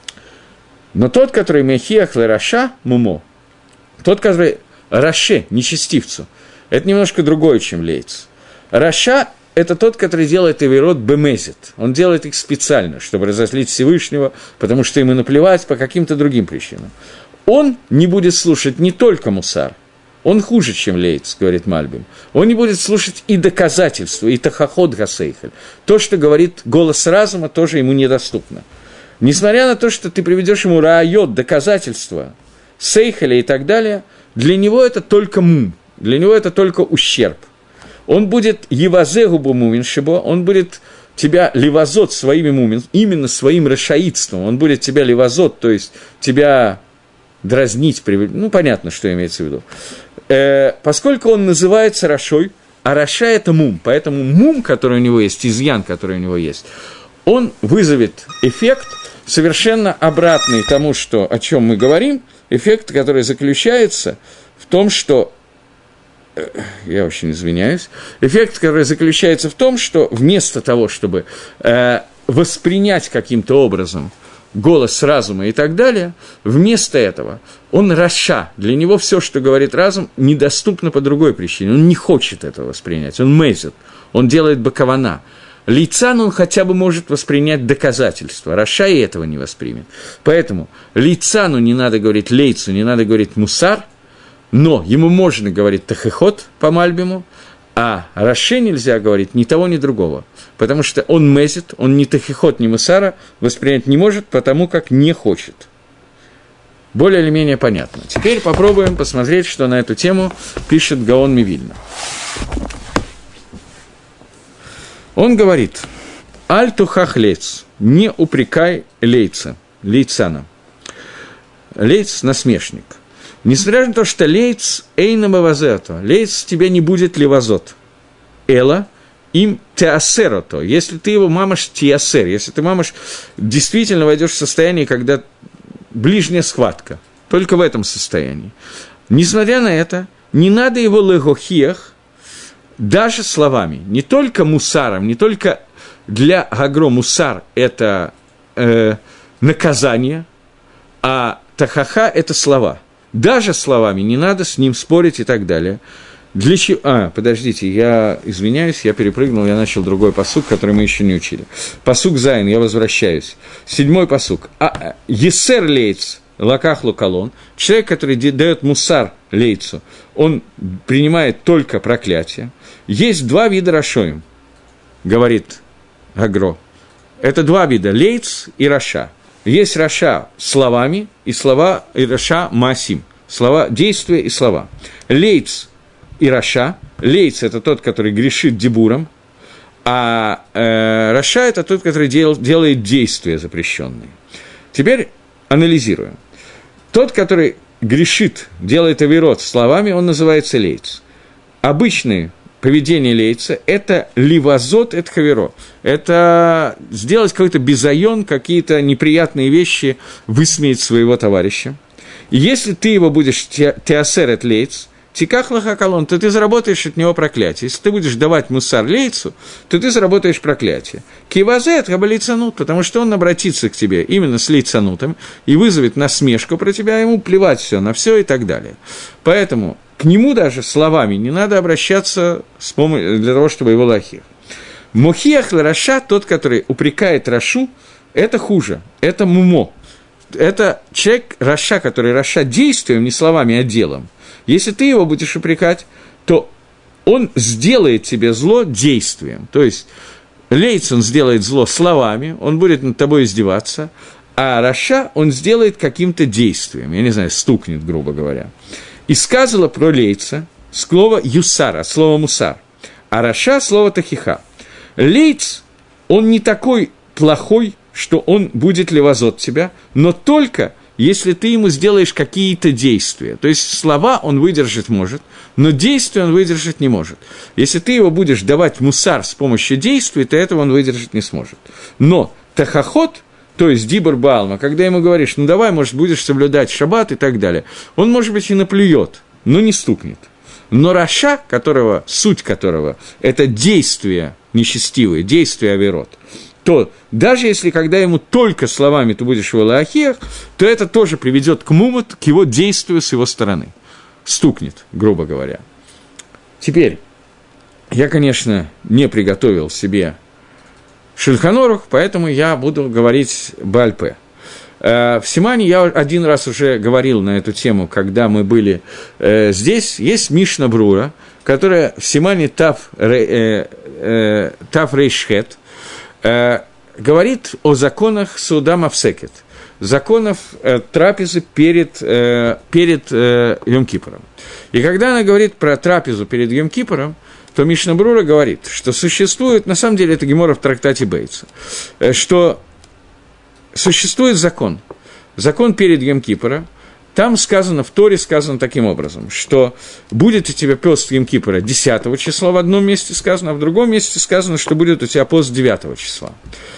Но тот, который мехиах ле раша мумо, тот, который раше, нечестивцу, это немножко другое, чем лейц. Раша – это тот, который делает авейрот бемезит. Он делает их специально, чтобы разозлить Всевышнего, потому что ему наплевать по каким-то другим причинам. Он не будет слушать не только мусар, он хуже, чем лейц, говорит Мальбим. Он не будет слушать и доказательства, и тахахот гасейхель. То, что говорит голос разума, тоже ему недоступно. Несмотря на то, что ты приведешь ему раайот, доказательства, сейхеля и так далее, для него это только мум, для него это только ущерб. Он будет евазегу бумумин шибо, он будет тебя левазот своими мумин, именно своим рашаидством, он будет тебя левазот, то есть тебя дразнить, ну, понятно, что имеется в виду. Э, поскольку он называется рашой, а раша – это мум, поэтому мум, который у него есть, изъян, который у него есть, он вызовет эффект совершенно обратный тому, что, о чем мы говорим, эффект, который заключается в том, что я очень извиняюсь, эффект, который заключается в том, что вместо того, чтобы э, воспринять каким-то образом голос разума и так далее, вместо этого он раша, для него все, что говорит разум, недоступно по другой причине, он не хочет этого воспринять, он мезит, он делает бакавана. Лейцан он хотя бы может воспринять доказательства, Раша и этого не воспримет. Поэтому лейцану не надо говорить лейцу, не надо говорить мусар, но ему можно говорить тахехот по Мальбиму, а Раше нельзя говорить ни того, ни другого, потому что он мезит, он ни тахехот, ни мусара воспринять не может, потому как не хочет. Более или менее понятно. Теперь попробуем посмотреть, что на эту тему пишет Гаон Мивильна. Он говорит: «Аль тухах лейц, не упрекай лейца, лейцана». Лейц – насмешник. Несмотря на то, что лейц эйна бавазето, лейц тебя не будет левазот. Эла им теасерото, если ты его мамаш теасер, если ты мамаш действительно войдешь в состояние, когда ближняя схватка, только в этом состоянии. Несмотря на это, не надо его легохиях, даже словами, не только мусаром, не только для гагро мусар – это э, наказание, а тахаха – это слова. Даже словами не надо с ним спорить и так далее. Для чего? А, подождите, я извиняюсь, я перепрыгнул, я начал другой пасук, который мы еще не учили. Пасук Зайн, я возвращаюсь. Седьмой пасук. А, есер лейц, лаках лукалон. Человек, который дает мусар лейцу, он принимает только проклятие. Есть два вида рашоим, говорит Агро. Это два вида, лейц и раша. Есть раша словами, и слова, и раша маасим. Слова, действия и слова. Лейц и раша. Лейц – это тот, который грешит дибуром, а э, раша – это тот, который дел, делает действия запрещенные. Теперь анализируем. Тот, который грешит, делает авирот словами, он называется лейц. Обычное поведение лейца – это ливазот, это хаверо. Это сделать какой-то безайон, какие-то неприятные вещи, высмеять своего товарища. И если ты его будешь теасерет лейц, тиках лахакалон, то ты заработаешь от него проклятие. Если ты будешь давать мусар лейцу, то ты заработаешь проклятие. Кивазет габалейцанут, потому что он обратится к тебе именно с лейцанутом и вызовет насмешку про тебя, ему плевать все на все и так далее. Поэтому к нему даже словами не надо обращаться с помощью, для того, чтобы его лахих. Мухиях лараша, тот, который упрекает рашу, это хуже, это мумо. Это человек раша, который раша действием, не словами, а делом. Если ты его будешь упрекать, то он сделает тебе зло действием. То есть лейц он сделает зло словами, он будет над тобой издеваться, а раша он сделает каким-то действием, я не знаю, стукнет, грубо говоря. И сказала про лейца слово юсара, слово мусар, а раша слово тахиха. Лейц, он не такой плохой, что он будет левазот тебя, но только если ты ему сделаешь какие-то действия. То есть слова он выдержать может, но действия он выдержать не может. Если ты его будешь давать мусар с помощью действий, то этого он выдержать не сможет. Но тахахот, то есть дибур баалма, когда ему говоришь, ну давай, может, будешь соблюдать шаббат и так далее, он, может быть, и наплюет, но не стукнет. Но раша, которого, суть которого – это действия нечестивые, действия авирот, то даже если, когда ему только словами ты будешь в элахиях, то это тоже приведет к мумат, к его действию с его стороны. Стукнет, грубо говоря. Теперь, я, конечно, не приготовил себе Шульхан Арух, поэтому я буду говорить Бааль-Пе. В Симане я один раз уже говорил на эту тему, когда мы были э, здесь. Есть Мишна Брура, которая в Симане Тав, э, э, Тав Рейшхет э, говорит о законах Сауда Мавсекет, законов э, трапезы перед, э, перед э, Йом-Кипуром. И когда она говорит про трапезу перед Йом-Кипуром, то Мишна Брура говорит, что существует, на самом деле это Гемора в трактате Бейца, э, что существует закон, закон перед Йом-Кипуром. Там сказано, в Торе сказано таким образом, что будет у тебя пост Йом-Кипура десятого числа, в одном месте сказано, а в другом месте сказано, что будет у тебя пост девятого числа.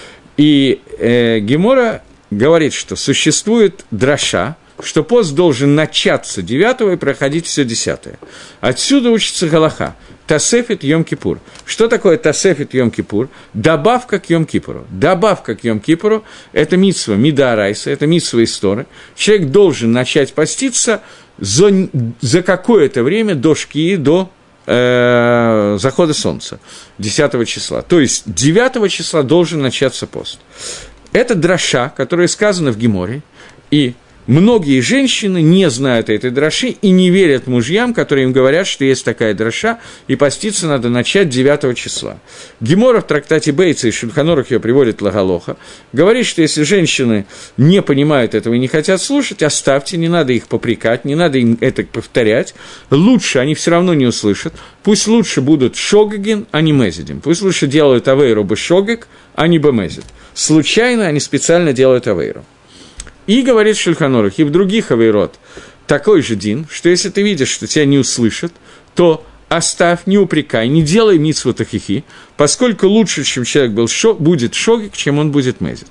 И э, Гемора говорит, что существует драша, что пост должен начаться девятого и проходить все десятое. Отсюда учится галаха. Тасефет Йом-Кипур. Что такое Тасефет Йом-Кипур? Добавка к Йом-Кипуру. Добавка к Йом-Кипуру – это мицва мида-арайса, это мицва из Торы. Человек должен начать поститься за, за какое-то время до шкии, до э, захода солнца, десятого числа. То есть девятого числа должен начаться пост. Это дроша, которая сказана в Геморе, и многие женщины не знают этой дроши и не верят мужьям, которые им говорят, что есть такая дроша, и поститься надо начать девятого числа. Гемора в трактате Бейца и Шульхан Арух ее приводит Лагалоха, говорит, что если женщины не понимают этого и не хотят слушать, оставьте, не надо их попрекать, не надо им это повторять, лучше они все равно не услышат, пусть лучше будут шогегин, а не мезидим, пусть лучше делают авейру бы шогег, а не бы мезид. Случайно они специально делают авейру. И говорит Шульхан Арух, и в других авейрот такой же дин, что если ты видишь, что тебя не услышат, то оставь, не упрекай, не делай мицву тахихи, поскольку лучше, чем человек был шо, будет шогик, чем он будет мезит.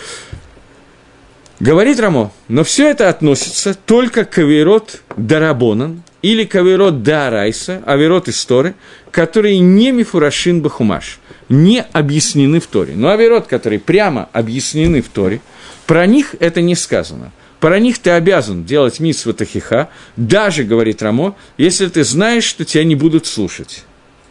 Говорит Рамо, но все это относится только к авейрот дарабонан или к авейрот даарайса, авейрот из Торы, которые не мифурашин бахумаш, не объяснены в Торе. Но авейрот, которые прямо объяснены в Торе, про них это не сказано. Про них ты обязан делать мицву тахиха, даже, говорит Рамо, если ты знаешь, что тебя не будут слушать.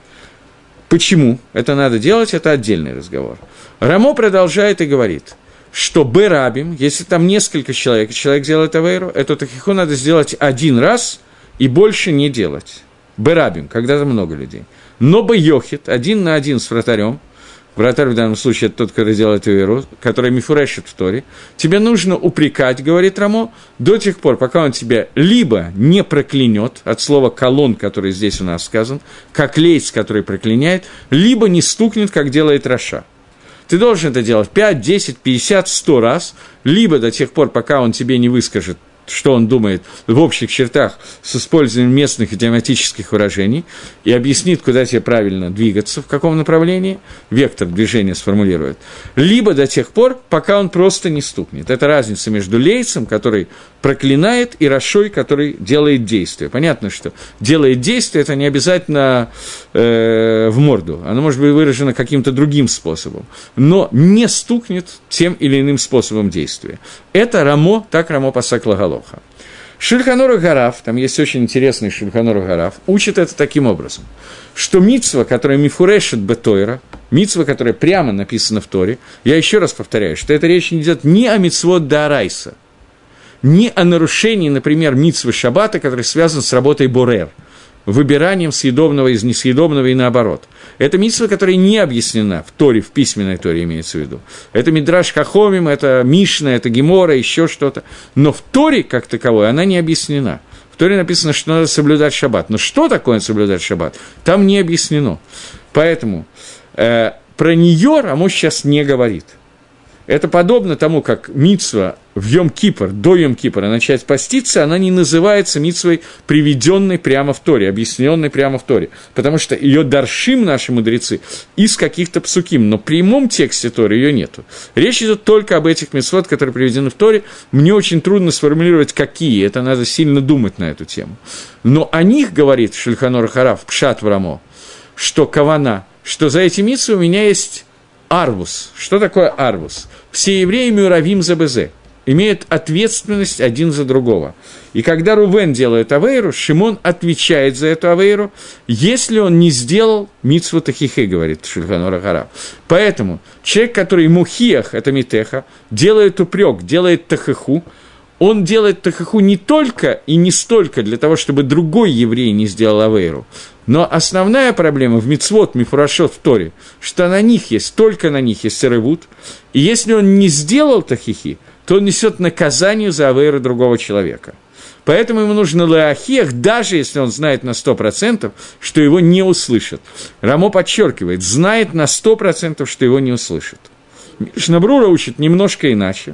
Почему это надо делать, это отдельный разговор. Рамо продолжает и говорит, что берабим, если там несколько человек, человек делает авейру, эту тахиху надо сделать один раз и больше не делать. Берабим, когда там много людей. Но бейохит, один на один с вратарем, вратарь в данном случае это тот, который делает авейру, который мифурешит в Торе, тебе нужно упрекать, говорит Рамо, до тех пор, пока он тебя либо не проклянет, от слова колон, который здесь у нас сказан, как лейц, который проклиняет, либо не стукнет, как делает Раша. Ты должен это делать пять, десять, пятьдесят, сто раз, либо до тех пор, пока он тебе не выскажет, что он думает в общих чертах с использованием местных идиоматических выражений и объяснит, куда тебе правильно двигаться, в каком направлении, вектор движения сформулирует, либо до тех пор, пока он просто не стукнет. Это разница между лейцем, который проклинает, и рашой, который делает действие. Понятно, что делает действие, это не обязательно э, в морду, оно может быть выражено каким-то другим способом, но не стукнет тем или иным способом действия. Это Рамо, так Рамо пасак лагалоха. Шульхан Арух Гарав, там есть очень интересный Шульхан Арух Гарав, учит это таким образом, что мицва, которая мифурешет бетойра, мицва, которая прямо написана в Торе, я еще раз повторяю, что эта речь не идет ни о мицвот даарайса, ни о нарушении, например, мицвы шаббата, который связан с работой борер, выбиранием съедобного из несъедобного и наоборот. Это мицва, которая не объяснена в Торе, в письменной Торе имеется в виду. Это Мидраш Хахомим, это Мишна, это Гемора, еще что-то. Но в Торе, как таковой, она не объяснена. В Торе написано, что надо соблюдать шаббат. Но что такое соблюдать шаббат, там не объяснено. Поэтому э, про нее Рамо сейчас не говорит. Это подобно тому, как мицва в Йом-Кипр, до Йом-Кипра начать поститься, она не называется мицвой, приведенной прямо в Торе, объясненной прямо в Торе, потому что ее даршим наши мудрецы из каких-то псуким, но в прямом тексте Торы ее нету. Речь идет только об этих мицвот, которые приведены в Торе. Мне очень трудно сформулировать, какие, это надо сильно думать на эту тему. Но о них говорит Шульхан Арух Гарав, Пшат в Рамо, что кавана, что за эти мицвы у меня есть арвус. Что такое арвус? Все евреи мюравим за безе, имеют ответственность один за другого. И когда Рувен делает авейру, Шимон отвечает за эту авейру, если он не сделал мицву тахихи, говорит Шульхан Арух Гарав. Поэтому человек, который мухиях, это митеха, делает упрек, делает тахиху, он делает тахиху не только и не столько для того, чтобы другой еврей не сделал авейру, но основная проблема в мицвот, мифурашот в Торе, что на них есть, только на них есть серевут, и если он не сделал тахихи, то он несет наказание за авейру другого человека. Поэтому ему нужно леахиях, даже если он знает на сто процентов, что его не услышат. Рамо подчеркивает, знает на сто процентов, что его не услышат. Мишна Брура учит немножко иначе,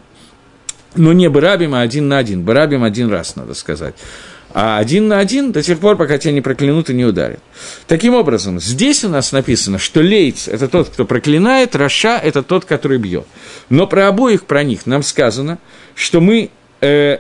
но не барабим, а один на один. Барабим один раз, надо сказать. А один на один до тех пор, пока тебя не проклянут и не ударят. Таким образом, здесь у нас написано, что лейц – это тот, кто проклинает, раша – это тот, который бьет. Но про обоих, про них нам сказано, что мы э,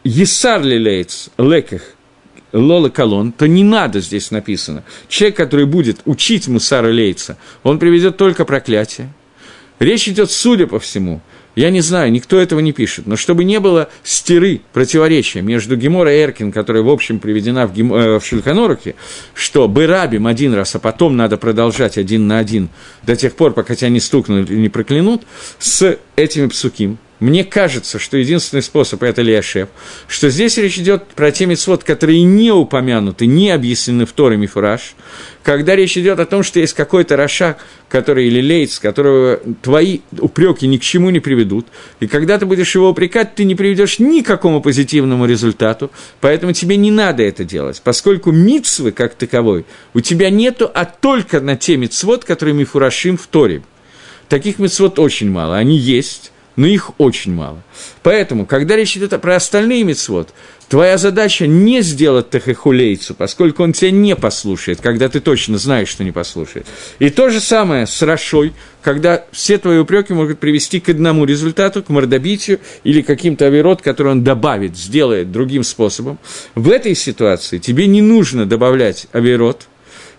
есарли лейц, леках, лола колон, то не надо здесь написано. Человек, который будет учить мусара лейца, он приведет только проклятие. Речь идет, судя по всему, Я не знаю, никто этого не пишет, но чтобы не было стиры, противоречия между Гемора и Эркин, которая, в общем, приведена в, Гем... э, в Шульхан Арухе, что «бырабим» один раз, а потом надо продолжать один на один до тех пор, пока тебя не стукнут или не проклянут, с этими псуким. Мне кажется, что единственный способ – это Лиашев, что здесь речь идет про те мицвот, которые не упомянуты, не объяснены в Торе Мифураж, когда речь идет о том, что есть какой-то рашак, который, или лейц, которого твои упреки ни к чему не приведут, и когда ты будешь его упрекать, ты не приведешь ни к какому позитивному результату, поэтому тебе не надо это делать, поскольку мицвы, как таковой, у тебя нету, а только на те мицвот, которые Мифурашим в Торе. Таких мицвот очень мало, они есть, но их очень мало. Поэтому, когда речь идет про остальные мицвот, твоя задача не сделать тахехулейцу, поскольку он тебя не послушает, когда ты точно знаешь, что не послушает. И то же самое с рашой, когда все твои упреки могут привести к одному результату, к мордобитию или каким-то авирот, который он добавит, сделает другим способом. В этой ситуации тебе не нужно добавлять авирот,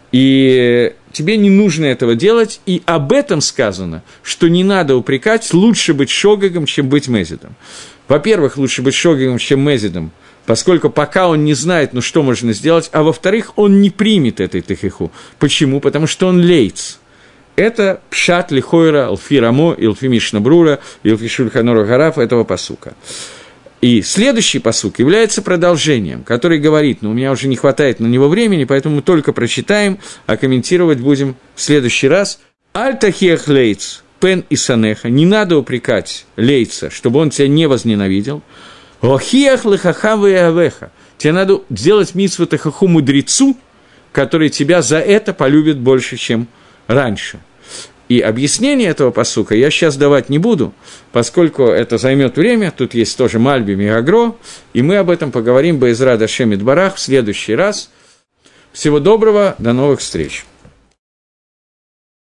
и тебе не нужно этого делать, и об этом сказано, что не надо упрекать, лучше быть шогагом, чем быть мезидом. Во-первых, лучше быть шогагом, чем мезидом, поскольку пока он не знает, ну что можно сделать, а во-вторых, он не примет этой тахиху. Почему? Потому что он лейц. Это пшат лихойра, алфи рамо, илфи мишна брура, илфи шульхан арух гараф этого пасука. И следующий пасук является продолжением, который говорит, ну, у меня уже не хватает на него времени, поэтому мы только прочитаем, а комментировать будем в следующий раз. «Аль-тахиах лейц, пен и санеха», не надо упрекать лейца, чтобы он тебя не возненавидел. «Охиах лехахавы и авеха», тебе надо сделать мицву тахаху мудрецу, который тебя за это полюбит больше, чем раньше. И объяснение этого пасука я сейчас давать не буду, поскольку это займет время, тут есть тоже Мальбим и Агро, и мы об этом поговорим Бе'эзрат Ашем Йитбарах в следующий раз. Всего доброго, до новых встреч!